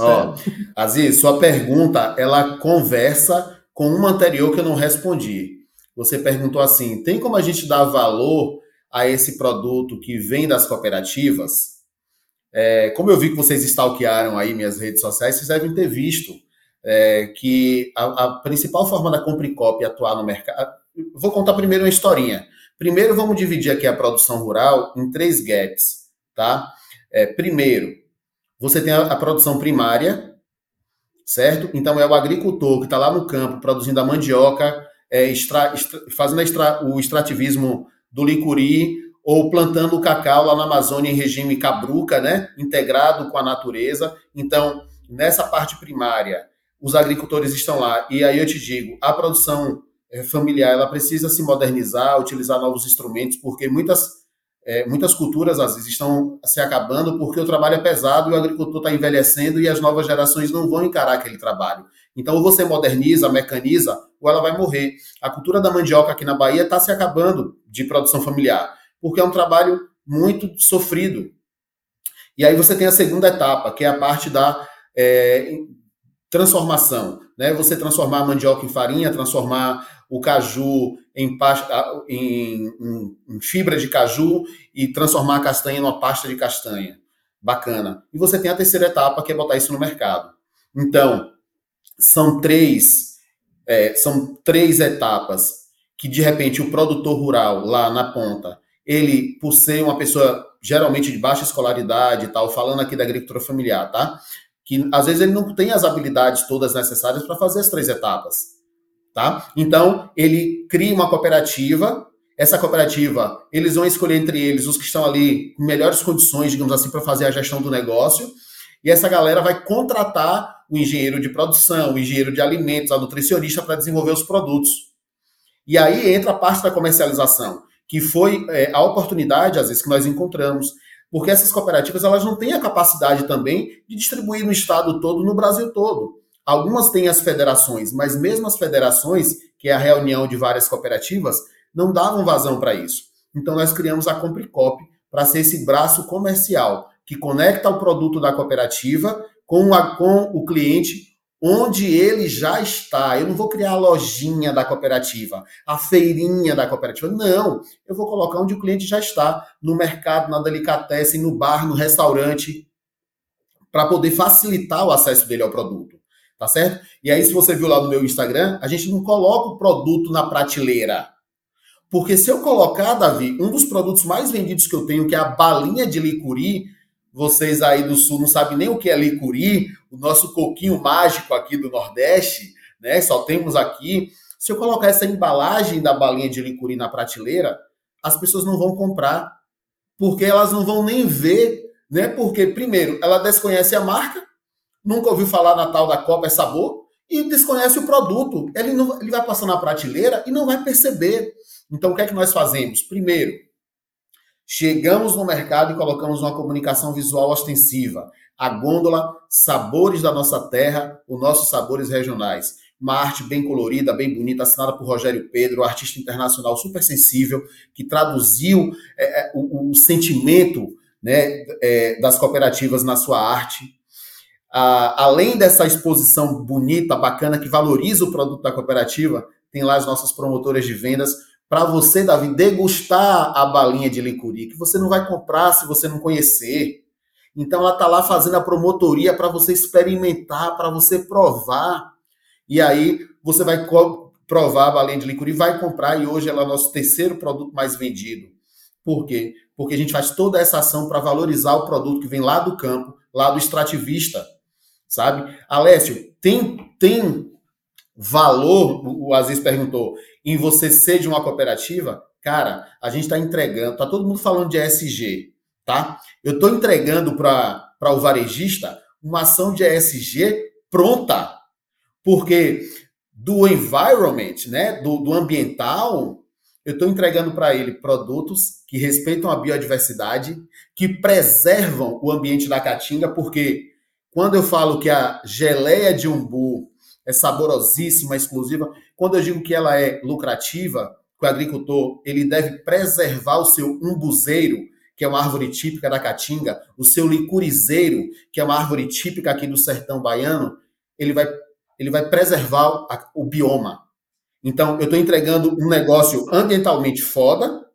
Aziz, sua pergunta, ela conversa com uma anterior que eu não respondi. Você perguntou assim, tem como a gente dar valor a esse produto que vem das cooperativas? Como eu vi que vocês stalkearam aí minhas redes sociais, vocês devem ter visto que a principal forma da Compricop atuar no mercado... Vou contar primeiro uma historinha. Primeiro, vamos dividir aqui a produção rural em 3 gaps, tá? Primeiro, você tem a produção primária, certo? Então, é o agricultor que está lá no campo produzindo a mandioca, fazendo o extrativismo do licuri, ou plantando o cacau lá na Amazônia em regime cabruca, né? Integrado com a natureza. Então, nessa parte primária, os agricultores estão lá. E aí eu te digo, a produção familiar ela precisa se modernizar, utilizar novos instrumentos, porque muitas culturas, às vezes, estão se acabando porque o trabalho é pesado e o agricultor está envelhecendo e as novas gerações não vão encarar aquele trabalho. Então, ou você moderniza, mecaniza, ou ela vai morrer. A cultura da mandioca aqui na Bahia está se acabando de produção familiar, porque é um trabalho muito sofrido. E aí você tem a segunda etapa, que é a parte da transformação, né? Você transformar a mandioca em farinha, transformar o caju em fibra de caju e transformar a castanha numa pasta de castanha. Bacana. E você tem a terceira etapa, que é botar isso no mercado. Então, são três etapas que, de repente, o produtor rural, lá na ponta, ele, por ser uma pessoa geralmente de baixa escolaridade e tal, falando aqui da agricultura familiar, tá? Que às vezes ele não tem as habilidades todas necessárias para fazer as três etapas, tá? Então, ele cria uma cooperativa, essa cooperativa, eles vão escolher entre eles os que estão ali com melhores condições, digamos assim, para fazer a gestão do negócio, e essa galera vai contratar o engenheiro de produção, o engenheiro de alimentos, a nutricionista para desenvolver os produtos. E aí entra a parte da comercialização, que foi a oportunidade, às vezes, que nós encontramos. Porque essas cooperativas elas não têm a capacidade também de distribuir no estado todo, no Brasil todo. Algumas têm as federações, mas mesmo as federações, que é a reunião de várias cooperativas, não davam vazão para isso. Então nós criamos a Compricop para ser esse braço comercial que conecta o produto da cooperativa com o cliente onde ele já está. Eu não vou criar a lojinha da cooperativa, a feirinha da cooperativa. Não, eu vou colocar onde o cliente já está, no mercado, na delicatessen, no bar, no restaurante, para poder facilitar o acesso dele ao produto. Tá certo? E aí, se você viu lá no meu Instagram, a gente não coloca o produto na prateleira. Porque se eu colocar, Davi, um dos produtos mais vendidos que eu tenho, que é a balinha de licuri, vocês aí do Sul não sabem nem o que é licuri, o nosso coquinho mágico aqui do Nordeste, né? Só temos aqui. Se eu colocar essa embalagem da balinha de licuri na prateleira, as pessoas não vão comprar, porque elas não vão nem ver, né? Porque, primeiro, ela desconhece a marca, nunca ouviu falar na tal da Copa é Sabor, e desconhece o produto. Ele vai passar na prateleira e não vai perceber. Então, o que é que nós fazemos? Primeiro, chegamos no mercado e colocamos uma comunicação visual ostensiva. A gôndola Sabores da Nossa Terra, os nossos sabores regionais. Uma arte bem colorida, bem bonita, assinada por Rogério Pedro, artista internacional super sensível, que traduziu o sentimento, né, das cooperativas na sua arte. Além dessa exposição bonita, bacana, que valoriza o produto da cooperativa, tem lá as nossas promotoras de vendas, para você, Davi, degustar a balinha de licuri, que você não vai comprar se você não conhecer. Então, ela está lá fazendo a promotoria para você experimentar, para você provar. E aí, você vai provar a balinha de licuri, vai comprar, e hoje ela é o nosso terceiro produto mais vendido. Por quê? Porque a gente faz toda essa ação para valorizar o produto que vem lá do campo, lá do extrativista, sabe? Alessio, tem valor, o Aziz perguntou, em você ser de uma cooperativa? Cara, a gente está entregando, tá todo mundo falando de ESG, tá? Eu estou entregando para o varejista uma ação de ESG pronta, porque do environment, né, do ambiental, eu estou entregando para ele produtos que respeitam a biodiversidade, que preservam o ambiente da caatinga, porque quando eu falo que a geleia de umbu é saborosíssima, exclusiva, quando eu digo que ela é lucrativa, que o agricultor ele deve preservar o seu umbuzeiro, que é uma árvore típica da caatinga, o seu licurizeiro, que é uma árvore típica aqui do sertão baiano, ele vai preservar o bioma. Então, eu estou entregando um negócio ambientalmente foda,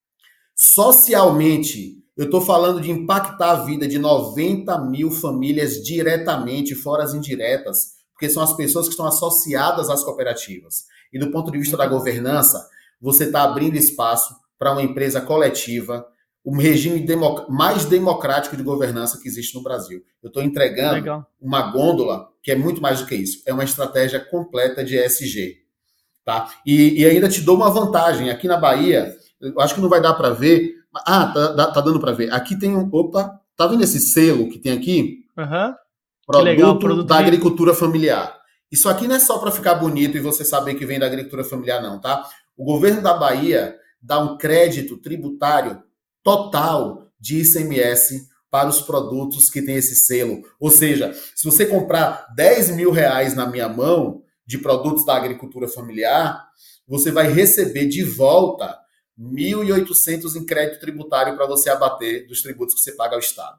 socialmente, eu estou falando de impactar a vida de 90 mil famílias diretamente, fora as indiretas, porque são as pessoas que estão associadas às cooperativas. E do ponto de vista da governança, você está abrindo espaço para uma empresa coletiva, um regime mais democrático de governança que existe no Brasil. Eu estou entregando uma gôndola que é muito mais do que isso. É uma estratégia completa de ESG. Tá? E ainda te dou uma vantagem. Aqui na Bahia, eu acho que não vai dar para ver. Tá dando para ver. Aqui tem um... Opa, tá vendo esse selo que tem aqui? Uhum. Produto da agricultura familiar. Isso aqui não é só para ficar bonito e você saber que vem da agricultura familiar, não, tá? O governo da Bahia dá um crédito tributário total de ICMS para os produtos que tem esse selo. Ou seja, se você comprar 10 mil reais na minha mão de produtos da agricultura familiar, você vai receber de volta 1.800 em crédito tributário para você abater dos tributos que você paga ao Estado.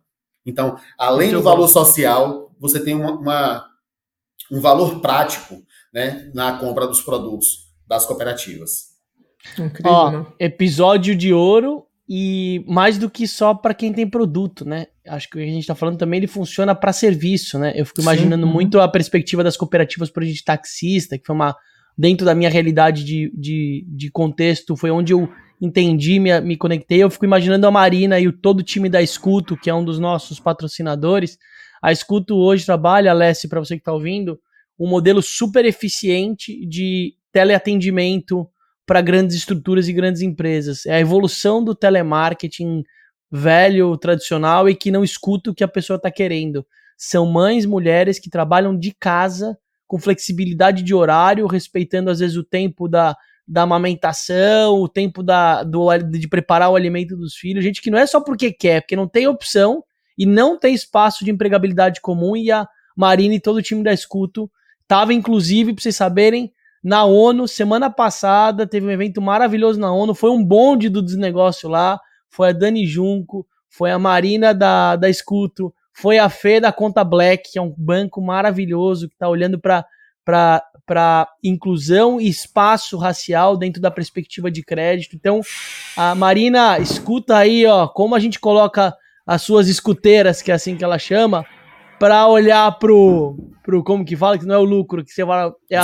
Então, além Muito do bom. valor social, você tem um valor prático, né, na compra dos produtos das cooperativas. Incrível, Ó, né? episódio de ouro e mais do que só para quem tem produto, né? Acho que o que a gente tá falando também, ele funciona para serviço, né? Eu fico imaginando Sim, muito a perspectiva das cooperativas por gente taxista, que foi dentro da minha realidade de contexto, foi onde eu entendi, me conectei. Eu fico imaginando a Marina e todo o time da Escuto, que é um dos nossos patrocinadores. A Escuto hoje trabalha, Alessi, para você que tá ouvindo, um modelo super eficiente de teleatendimento para grandes estruturas e grandes empresas. É a evolução do telemarketing velho, tradicional e que não escuta o que a pessoa está querendo. São mães, mulheres que trabalham de casa com flexibilidade de horário, respeitando às vezes o tempo da amamentação, o tempo de preparar o alimento dos filhos. Gente que não é só porque quer, porque não tem opção e não tem espaço de empregabilidade comum. E a Marina e todo o time da Escuto estava, inclusive, para vocês saberem, na ONU, semana passada, teve um evento maravilhoso na ONU, foi um bonde do desnegócio lá, foi a Dani Junco, foi a Marina da Escuto, foi a Fê da Conta Black, que é um banco maravilhoso, que está olhando para inclusão e espaço racial dentro da perspectiva de crédito. Então, a Marina, escuta aí, ó, como a gente coloca as suas escuteiras, que é assim que ela chama, para olhar pro como que fala, que não é o lucro, que você fala, é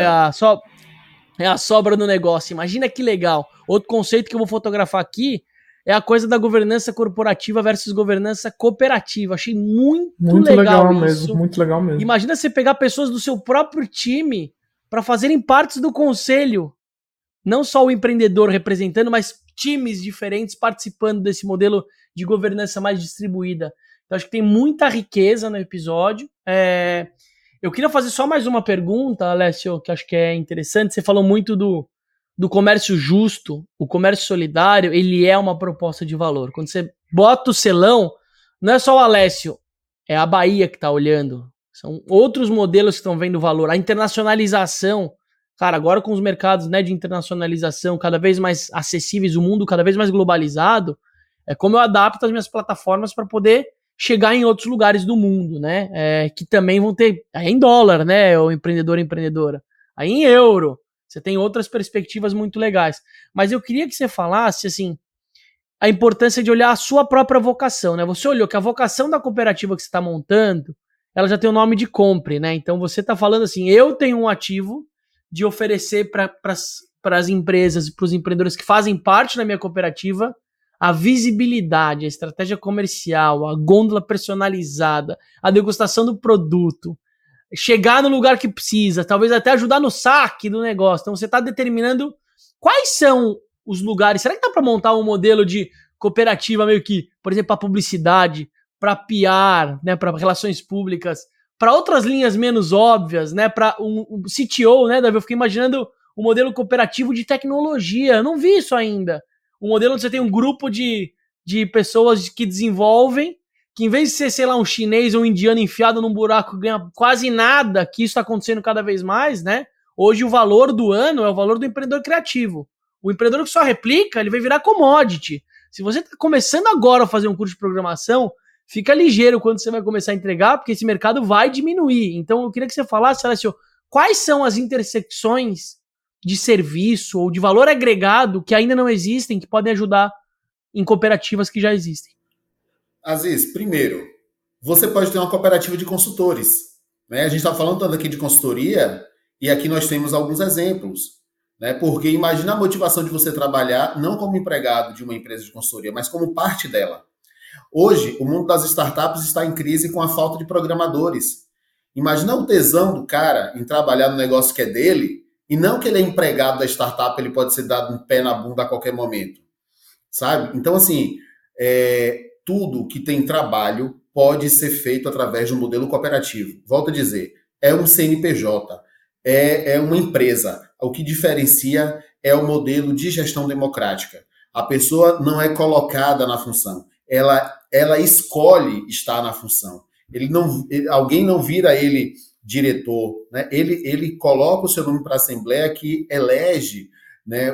a sobra do negócio. Imagina que legal. Outro conceito que eu vou fotografar aqui é a coisa da governança corporativa versus governança cooperativa. Achei muito legal isso. Mesmo, muito legal mesmo. Imagina você pegar pessoas do seu próprio time para fazerem partes do conselho. Não só o empreendedor representando, mas times diferentes participando desse modelo de governança mais distribuída. Então, acho que tem muita riqueza no episódio. Eu queria fazer só mais uma pergunta, Alessio, que acho que é interessante. Você falou muito do comércio justo, o comércio solidário, ele é uma proposta de valor. Quando você bota o selão, não é só o Alessio, é a Bahia que está olhando. São outros modelos que estão vendo valor. A internacionalização, cara, agora com os mercados, né, de internacionalização cada vez mais acessíveis, o mundo cada vez mais globalizado, é como eu adapto as minhas plataformas para poder chegar em outros lugares do mundo, né? Que também vão ter, aí em dólar, né? O empreendedor, empreendedora. Aí em euro. Você tem outras perspectivas muito legais. Mas eu queria que você falasse, assim, a importância de olhar a sua própria vocação, né? Você olhou que a vocação da cooperativa que você está montando, ela já tem o nome de Compre, né? Então você está falando assim, eu tenho um ativo de oferecer para as empresas, para os empreendedores que fazem parte da minha cooperativa, a visibilidade, a estratégia comercial, a gôndola personalizada, a degustação do produto, chegar no lugar que precisa, talvez até ajudar no saque do negócio. Então você está determinando quais são os lugares. Será que dá para montar um modelo de cooperativa meio que, por exemplo, para publicidade, para PR, né, para relações públicas, para outras linhas menos óbvias, né, para um CTO, né, Davi? Eu fiquei imaginando um modelo cooperativo de tecnologia. Eu não vi isso ainda. Um modelo onde você tem um grupo de pessoas que desenvolvem, que em vez de ser, sei lá, um chinês ou um indiano enfiado num buraco ganha quase nada, que isso está acontecendo cada vez mais, né? Hoje o valor do ano é o valor do empreendedor criativo. O empreendedor que só replica, ele vai virar commodity. Se você está começando agora a fazer um curso de programação, fica ligeiro quando você vai começar a entregar, porque esse mercado vai diminuir. Então eu queria que você falasse, Alessio, quais são as intersecções de serviço ou de valor agregado que ainda não existem, que podem ajudar em cooperativas que já existem? Aziz, primeiro, você pode ter uma cooperativa de consultores, né? A gente está falando tanto aqui de consultoria e aqui nós temos alguns exemplos, né? Porque imagina a motivação de você trabalhar não como empregado de uma empresa de consultoria, mas como parte dela. Hoje, o mundo das startups está em crise com a falta de programadores. Imagina o tesão do cara em trabalhar no negócio que é dele e não que ele é empregado da startup, ele pode ser dado um pé na bunda a qualquer momento, sabe? Então, assim, tudo que tem trabalho pode ser feito através de um modelo cooperativo. Volto a dizer, é um CNPJ, é uma empresa. O que diferencia é o modelo de gestão democrática. A pessoa não é colocada na função, ela escolhe estar na função. Alguém não vira ele diretor, né? Ele coloca o seu nome para a Assembleia que elege, né,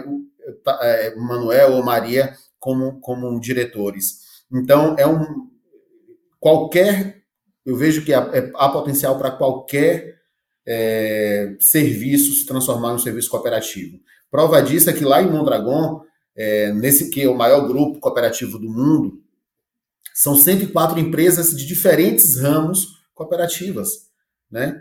Manuel ou Maria como diretores. Então, eu vejo que há potencial para qualquer serviço se transformar em um serviço cooperativo. Prova disso é que lá em Mondragon, nesse que é o maior grupo cooperativo do mundo, são 104 empresas de diferentes ramos cooperativas, né?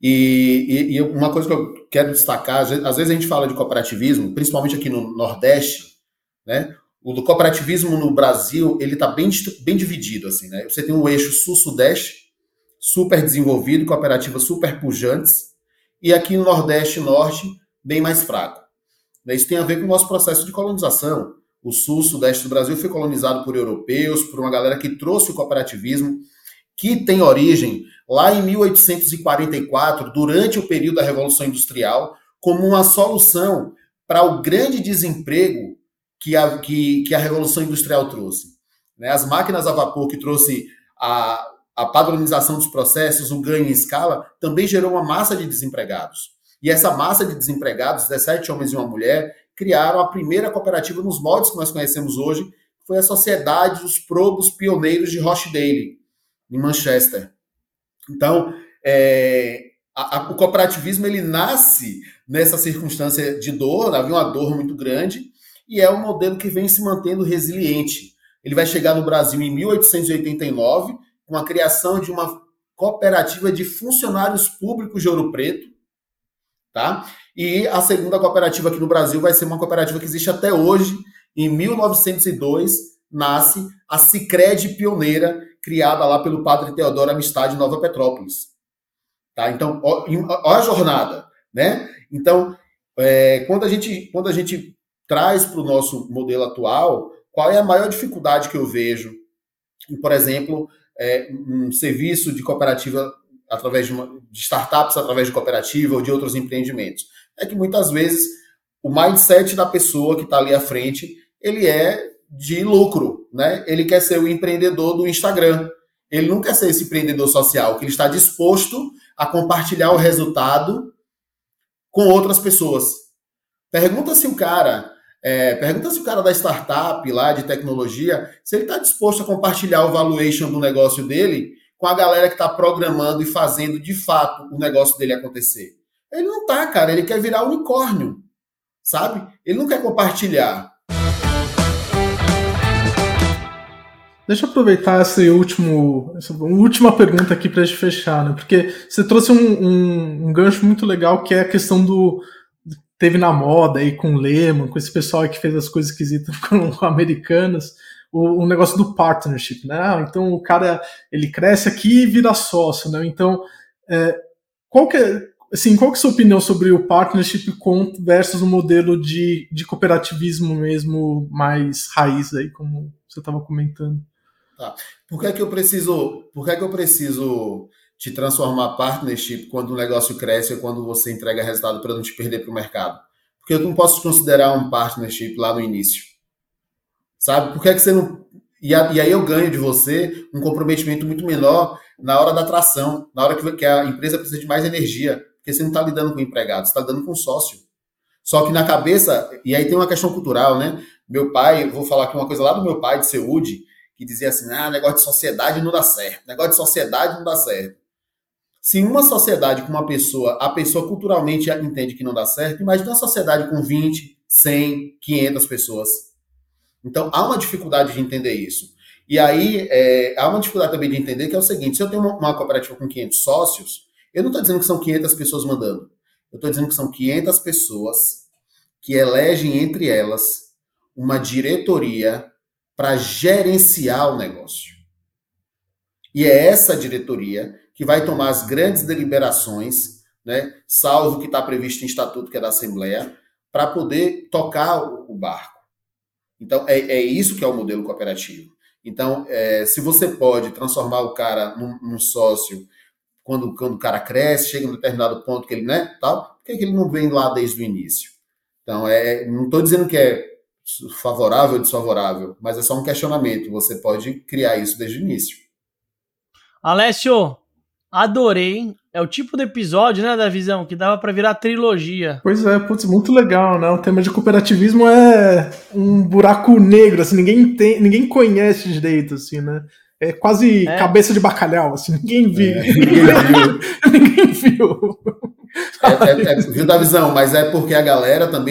E uma coisa que eu quero destacar, às vezes a gente fala de cooperativismo, principalmente aqui no Nordeste, né? O do cooperativismo no Brasil, ele está bem dividido, assim, né? Você tem um eixo Sul-Sudeste, super desenvolvido, cooperativas super pujantes, e aqui no Nordeste e Norte, bem mais fraco. Isso tem a ver com o nosso processo de colonização. O Sul-Sudeste do Brasil foi colonizado por europeus, por uma galera que trouxe o cooperativismo, que tem origem lá em 1844, durante o período da Revolução Industrial, como uma solução para o grande desemprego que a Revolução Industrial trouxe. As máquinas a vapor que trouxe a padronização dos processos, o ganho em escala, também gerou uma massa de desempregados. E essa massa de desempregados, 17 homens e uma mulher, criaram a primeira cooperativa nos moldes que nós conhecemos hoje, que foi a Sociedade dos Probos Pioneiros de Rochdale, em Manchester. Então, o cooperativismo ele nasce nessa circunstância de dor, havia uma dor muito grande, e é um modelo que vem se mantendo resiliente. Ele vai chegar no Brasil em 1889, com a criação de uma cooperativa de funcionários públicos de Ouro Preto, tá? E a segunda cooperativa aqui no Brasil vai ser uma cooperativa que existe até hoje. Em 1902, nasce a Sicredi Pioneira, criada lá pelo padre Teodoro Amistad em Nova Petrópolis. Tá? Então, ó a jornada, né? Então, quando a gente traz para o nosso modelo atual, qual é a maior dificuldade que eu vejo em, por exemplo, um serviço de cooperativa através de startups, através de cooperativa ou de outros empreendimentos? É que muitas vezes o mindset da pessoa que está ali à frente, ele é de lucro, né? Ele quer ser o empreendedor do Instagram. Ele não quer ser esse empreendedor social, que ele está disposto a compartilhar o resultado com outras pessoas. Pergunta se o cara da startup lá de tecnologia, se ele está disposto a compartilhar o valuation do negócio dele com a galera que está programando e fazendo de fato o negócio dele acontecer. Ele não tá, cara, ele quer virar unicórnio, sabe? Ele não quer compartilhar. Deixa eu aproveitar essa última pergunta aqui para a gente fechar, né? Porque você trouxe um gancho muito legal, que é a questão teve na moda aí com o Lehman, com esse pessoal aí que fez as coisas esquisitas com americanas, o negócio do partnership, né? Então o cara, ele cresce aqui e vira sócio, né? Então, qual que é a sua opinião sobre o partnership versus o modelo de cooperativismo mesmo mais raiz aí, como você estava comentando? Tá. Por que eu preciso te transformar partnership quando o negócio cresce ou quando você entrega resultado para não te perder para o mercado? Porque eu não posso considerar um partnership lá no início. Sabe? Por que você não... E aí eu ganho de você um comprometimento muito menor na hora da atração, na hora que a empresa precisa de mais energia, porque você não está lidando com empregado, você está lidando com sócio. Só que na cabeça... E aí tem uma questão cultural, né? Meu pai, vou falar aqui uma coisa lá do meu pai de Seúde, que dizia assim, negócio de sociedade não dá certo. Negócio de sociedade não dá certo. Se uma sociedade com uma pessoa, a pessoa culturalmente entende que não dá certo, imagina uma sociedade com 20, 100, 500 pessoas. Então, há uma dificuldade de entender isso. E aí, há uma dificuldade também de entender que é o seguinte, se eu tenho uma cooperativa com 500 sócios, eu não estou dizendo que são 500 pessoas mandando. Eu estou dizendo que são 500 pessoas que elegem entre elas uma diretoria para gerenciar o negócio. E é essa diretoria que vai tomar as grandes deliberações, né, salvo o que está previsto em estatuto, que é da Assembleia, para poder tocar o barco. Então, é isso que é o modelo cooperativo. Então, se você pode transformar o cara num sócio quando o cara cresce, chega em um determinado ponto que ele, né, tal, por que ele não vem lá desde o início? Então, não estou dizendo que é favorável ou desfavorável, mas é só um questionamento. Você pode criar isso desde o início. Alessio, adorei. É o tipo de episódio, né, da Visão, que dava para virar trilogia. Pois é, muito legal, né? O tema de cooperativismo é um buraco negro, assim, ninguém conhece direito, assim, né? é quase cabeça de bacalhau, assim, ninguém viu. Ninguém viu. Viu, Davizão? Mas é porque a galera também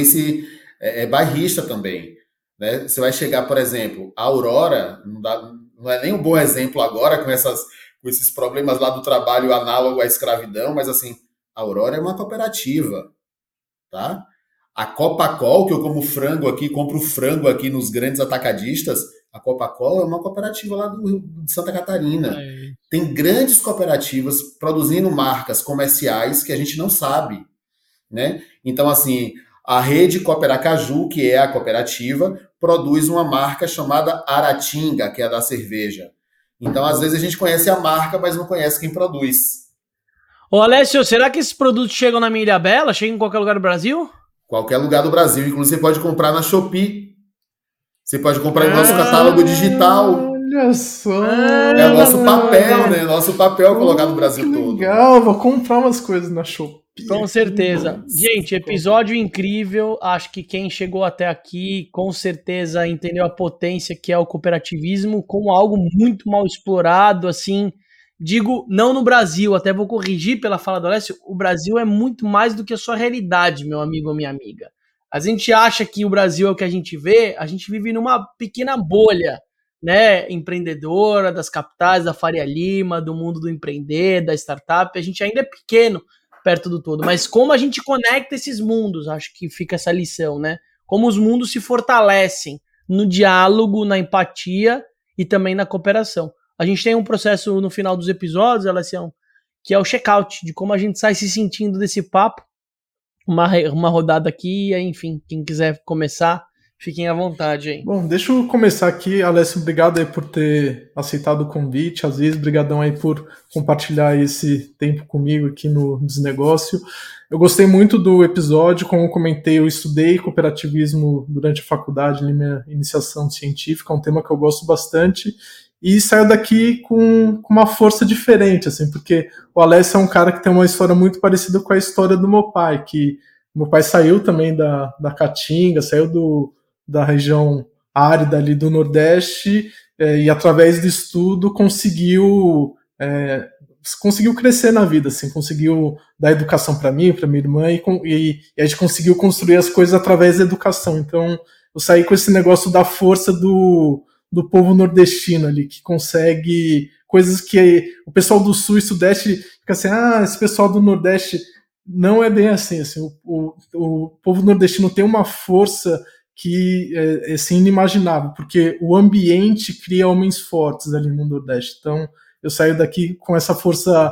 é bairrista também. Né? Você vai chegar, por exemplo, a Aurora, não é nem um bom exemplo agora com esses problemas lá do trabalho análogo à escravidão, mas assim, a Aurora é uma cooperativa, tá? A Copacol, que eu como frango aqui, compro frango aqui nos grandes atacadistas, a Copacol é uma cooperativa lá de Santa Catarina. Tem grandes cooperativas produzindo marcas comerciais que a gente não sabe, né? Então, assim, a rede Cooperacaju, que é a cooperativa, produz uma marca chamada Aratinga, que é a da cerveja. Então, às vezes, a gente conhece a marca, mas não conhece quem produz. Ô, Alessio, será que esses produtos chegam na minha Ilhabela? Chegam em qualquer lugar do Brasil? Qualquer lugar do Brasil. Inclusive, você pode comprar na Shopee. Você pode comprar no nosso catálogo digital. Olha só! É nosso papel, né? Nosso papel colocado no Brasil todo. Legal, vou comprar umas coisas na Shopee. Com certeza. Gente, episódio incrível. Acho que quem chegou até aqui, com certeza entendeu a potência que é o cooperativismo como algo muito mal explorado, assim. Digo, não no Brasil, até vou corrigir pela fala do Alessio, o Brasil é muito mais do que a sua realidade, meu amigo ou minha amiga. A gente acha que o Brasil é o que a gente vê, a gente vive numa pequena bolha, né, empreendedora, das capitais, da Faria Lima, do mundo do empreender, da startup, a gente ainda é pequeno perto do todo, mas como a gente conecta esses mundos, acho que fica essa lição, né, como os mundos se fortalecem no diálogo, na empatia e também na cooperação. A gente tem um processo no final dos episódios, Alessio, que é o check-out, de como a gente sai se sentindo desse papo, uma rodada aqui, enfim, quem quiser começar, fiquem à vontade aí. Bom, deixa eu começar aqui, Alessio, obrigado aí por ter aceitado o convite, Aziz, brigadão aí por compartilhar esse tempo comigo aqui no Desnegócio. Eu gostei muito do episódio, como eu comentei, eu estudei cooperativismo durante a faculdade, ali minha iniciação científica, é um tema que eu gosto bastante, e saio daqui com uma força diferente, assim, porque o Alessio é um cara que tem uma história muito parecida com a história do meu pai, que meu pai saiu também da Caatinga, saiu da região árida ali do Nordeste, e através do estudo conseguiu crescer na vida, assim, conseguiu dar educação para mim, para minha irmã, e a gente conseguiu construir as coisas através da educação. Então, eu saí com esse negócio da força do povo nordestino ali, que consegue coisas que o pessoal do Sul e Sudeste fica assim, esse pessoal do Nordeste não é bem assim, o povo nordestino tem uma força que é assim, inimaginável, porque o ambiente cria homens fortes ali no Nordeste. Então, eu saio daqui com essa força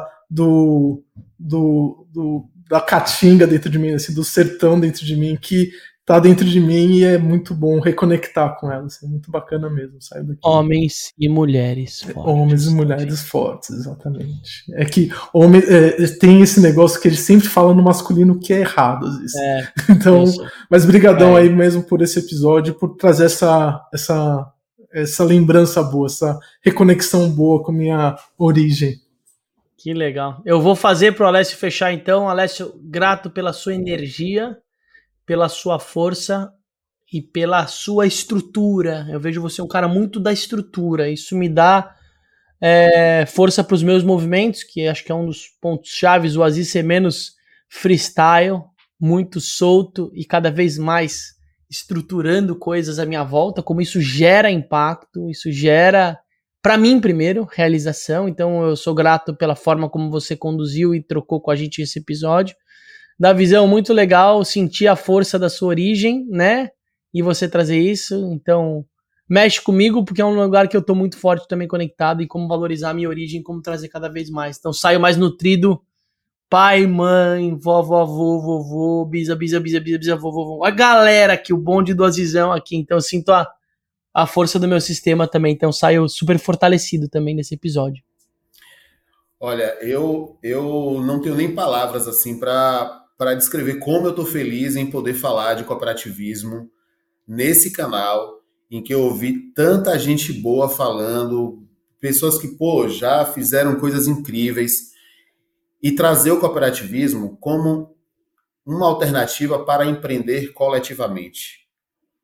da caatinga dentro de mim, assim, do sertão dentro de mim, que tá dentro de mim e é muito bom reconectar com ela, assim, muito bacana mesmo, saio daqui. Homens e mulheres fortes. Homens e mulheres fortes, exatamente. É que tem esse negócio que eles sempre falam no masculino que é errado, às vezes. Então, mas brigadão aí mesmo por esse episódio, por trazer essa lembrança boa, essa reconexão boa com a minha origem. Que legal. Eu vou fazer pro Alessio fechar então. Alessio, grato pela sua energia, pela sua força e pela sua estrutura. Eu vejo você um cara muito da estrutura. Isso me dá força para os meus movimentos, que acho que é um dos pontos chaves, o Aziz ser menos freestyle, muito solto e cada vez mais estruturando coisas à minha volta, como isso gera impacto, isso gera, para mim primeiro, realização. Então eu sou grato pela forma como você conduziu e trocou com a gente esse episódio. Da visão muito legal, sentir a força da sua origem, né? E você trazer isso, então mexe comigo, porque é um lugar que eu tô muito forte também conectado, e como valorizar a minha origem, como trazer cada vez mais. Então saio mais nutrido, pai, mãe, vovó, avô, vovô, bisa, vovô, a galera aqui, o bonde do Azizão aqui, então eu sinto a força do meu sistema também, então saio super fortalecido também nesse episódio. Olha, eu não tenho nem palavras assim para descrever como eu estou feliz em poder falar de cooperativismo nesse canal, em que eu ouvi tanta gente boa falando, pessoas que, já fizeram coisas incríveis, e trazer o cooperativismo como uma alternativa para empreender coletivamente.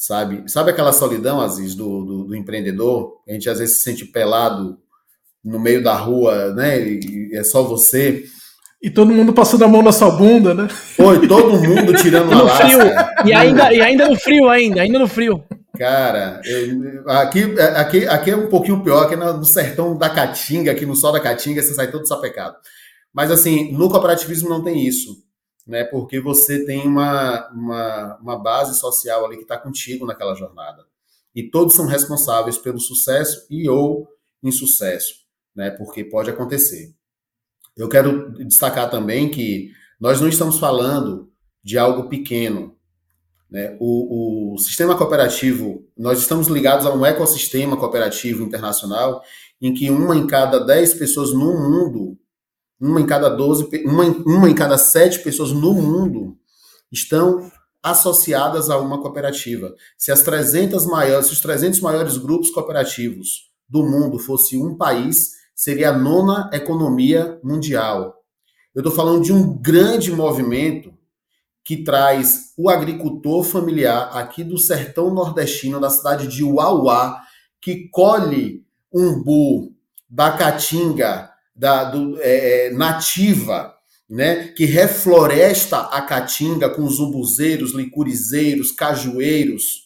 sabe? Sabe aquela solidão, Aziz, do empreendedor? A gente às vezes se sente pelado no meio da rua, né? E é só você. E todo mundo passando a mão na sua bunda, né? Foi, todo mundo tirando uma lasca. E ainda no frio, ainda no frio. Cara, aqui é um pouquinho pior, aqui no sertão da Caatinga, aqui no sol da Caatinga, você sai todo sapecado. Mas assim, no cooperativismo não tem isso, né? Porque você tem uma base social ali que está contigo naquela jornada. E todos são responsáveis pelo sucesso e ou insucesso, né? Porque pode acontecer. Eu quero destacar também que nós não estamos falando de algo pequeno, né? O sistema cooperativo, nós estamos ligados a um ecossistema cooperativo internacional em que 1 em cada 10 pessoas no mundo, 1 em cada 7 pessoas no mundo estão associadas a uma cooperativa. Se os 300 maiores grupos cooperativos do mundo fosse um país, seria a 9ª economia mundial. Eu estou falando de um grande movimento que traz o agricultor familiar aqui do sertão nordestino, da cidade de Uauá, que colhe umbu da caatinga nativa, né, que refloresta a caatinga com os umbuzeiros, licurizeiros, cajueiros,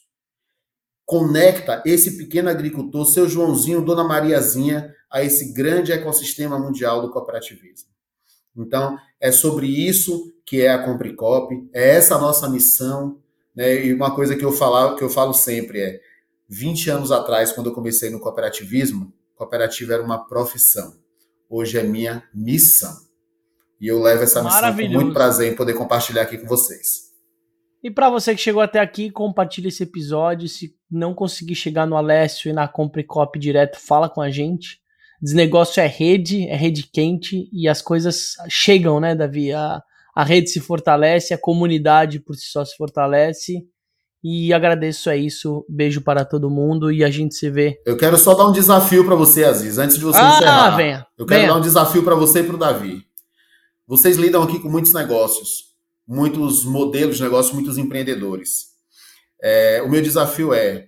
conecta esse pequeno agricultor, seu Joãozinho, Dona Mariazinha, a esse grande ecossistema mundial do cooperativismo. Então, é sobre isso que é a Compricop, é essa a nossa missão, né? E uma coisa que eu falo sempre é, 20 anos atrás, quando eu comecei no cooperativismo, cooperativa era uma profissão. Hoje é minha missão. E eu levo essa missão com muito prazer em poder compartilhar aqui com vocês. E para você que chegou até aqui, compartilha esse episódio. Se não conseguir chegar no Alessio e na Compricop direto, fala com a gente. Desnegócio é rede quente e as coisas chegam, né, Davi? A rede se fortalece, a comunidade por si só se fortalece. E agradeço, é isso. Beijo para todo mundo e a gente se vê. Eu quero só dar um desafio para você, Aziz, antes de você encerrar. Venha. Eu quero dar um desafio para você e para o Davi. Vocês lidam aqui com muitos negócios, muitos modelos de negócio, muitos empreendedores. O meu desafio é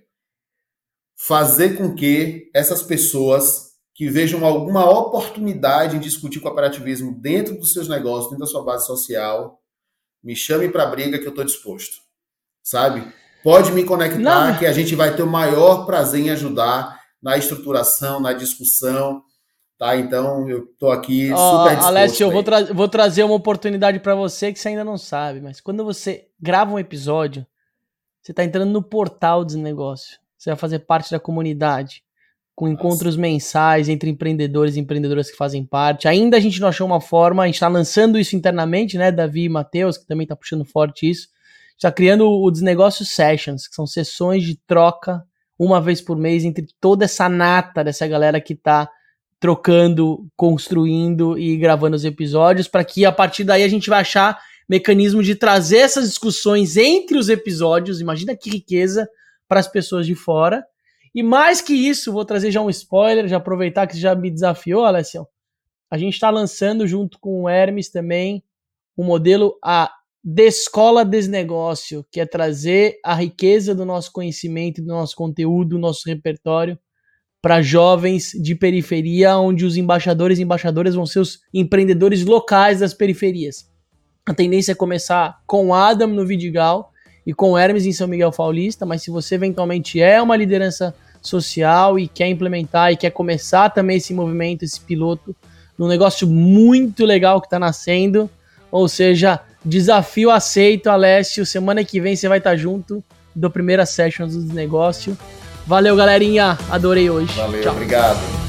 fazer com que essas pessoas que vejam alguma oportunidade em discutir cooperativismo dentro dos seus negócios, dentro da sua base social, me chame para a briga que eu estou disposto. Sabe? Pode me conectar que a gente vai ter o maior prazer em ajudar na estruturação, na discussão. Tá, então eu tô aqui super disposto. Alessio, eu vou trazer uma oportunidade para você que você ainda não sabe, mas quando você grava um episódio, você tá entrando no portal dos negócios. Você vai fazer parte da comunidade, com encontros mensais entre empreendedores e empreendedoras que fazem parte. Ainda a gente não achou uma forma, a gente tá lançando isso internamente, né, Davi e Matheus, que também tá puxando forte isso. A gente tá criando o Desnegócio Sessions, que são sessões de troca uma vez por mês entre toda essa nata dessa galera que tá trocando, construindo e gravando os episódios, para que a partir daí a gente vai achar mecanismo de trazer essas discussões entre os episódios. Imagina que riqueza para as pessoas de fora. E mais que isso, vou trazer já um spoiler, já aproveitar que você já me desafiou, Alessio. A gente está lançando junto com o Hermes também um modelo, a Descola Desnegócio, que é trazer a riqueza do nosso conhecimento, do nosso conteúdo, do nosso repertório para jovens de periferia, onde os embaixadores e embaixadoras vão ser os empreendedores locais das periferias. A tendência é começar com Adam no Vidigal e com Hermes em São Miguel Paulista, mas se você eventualmente é uma liderança social e quer implementar e quer começar também esse movimento, esse piloto, num negócio muito legal que está nascendo, ou seja, desafio aceito, Alessio, semana que vem você vai estar junto da primeira session do Desnegócio. Valeu, galerinha. Adorei hoje. Valeu, tchau. Obrigado.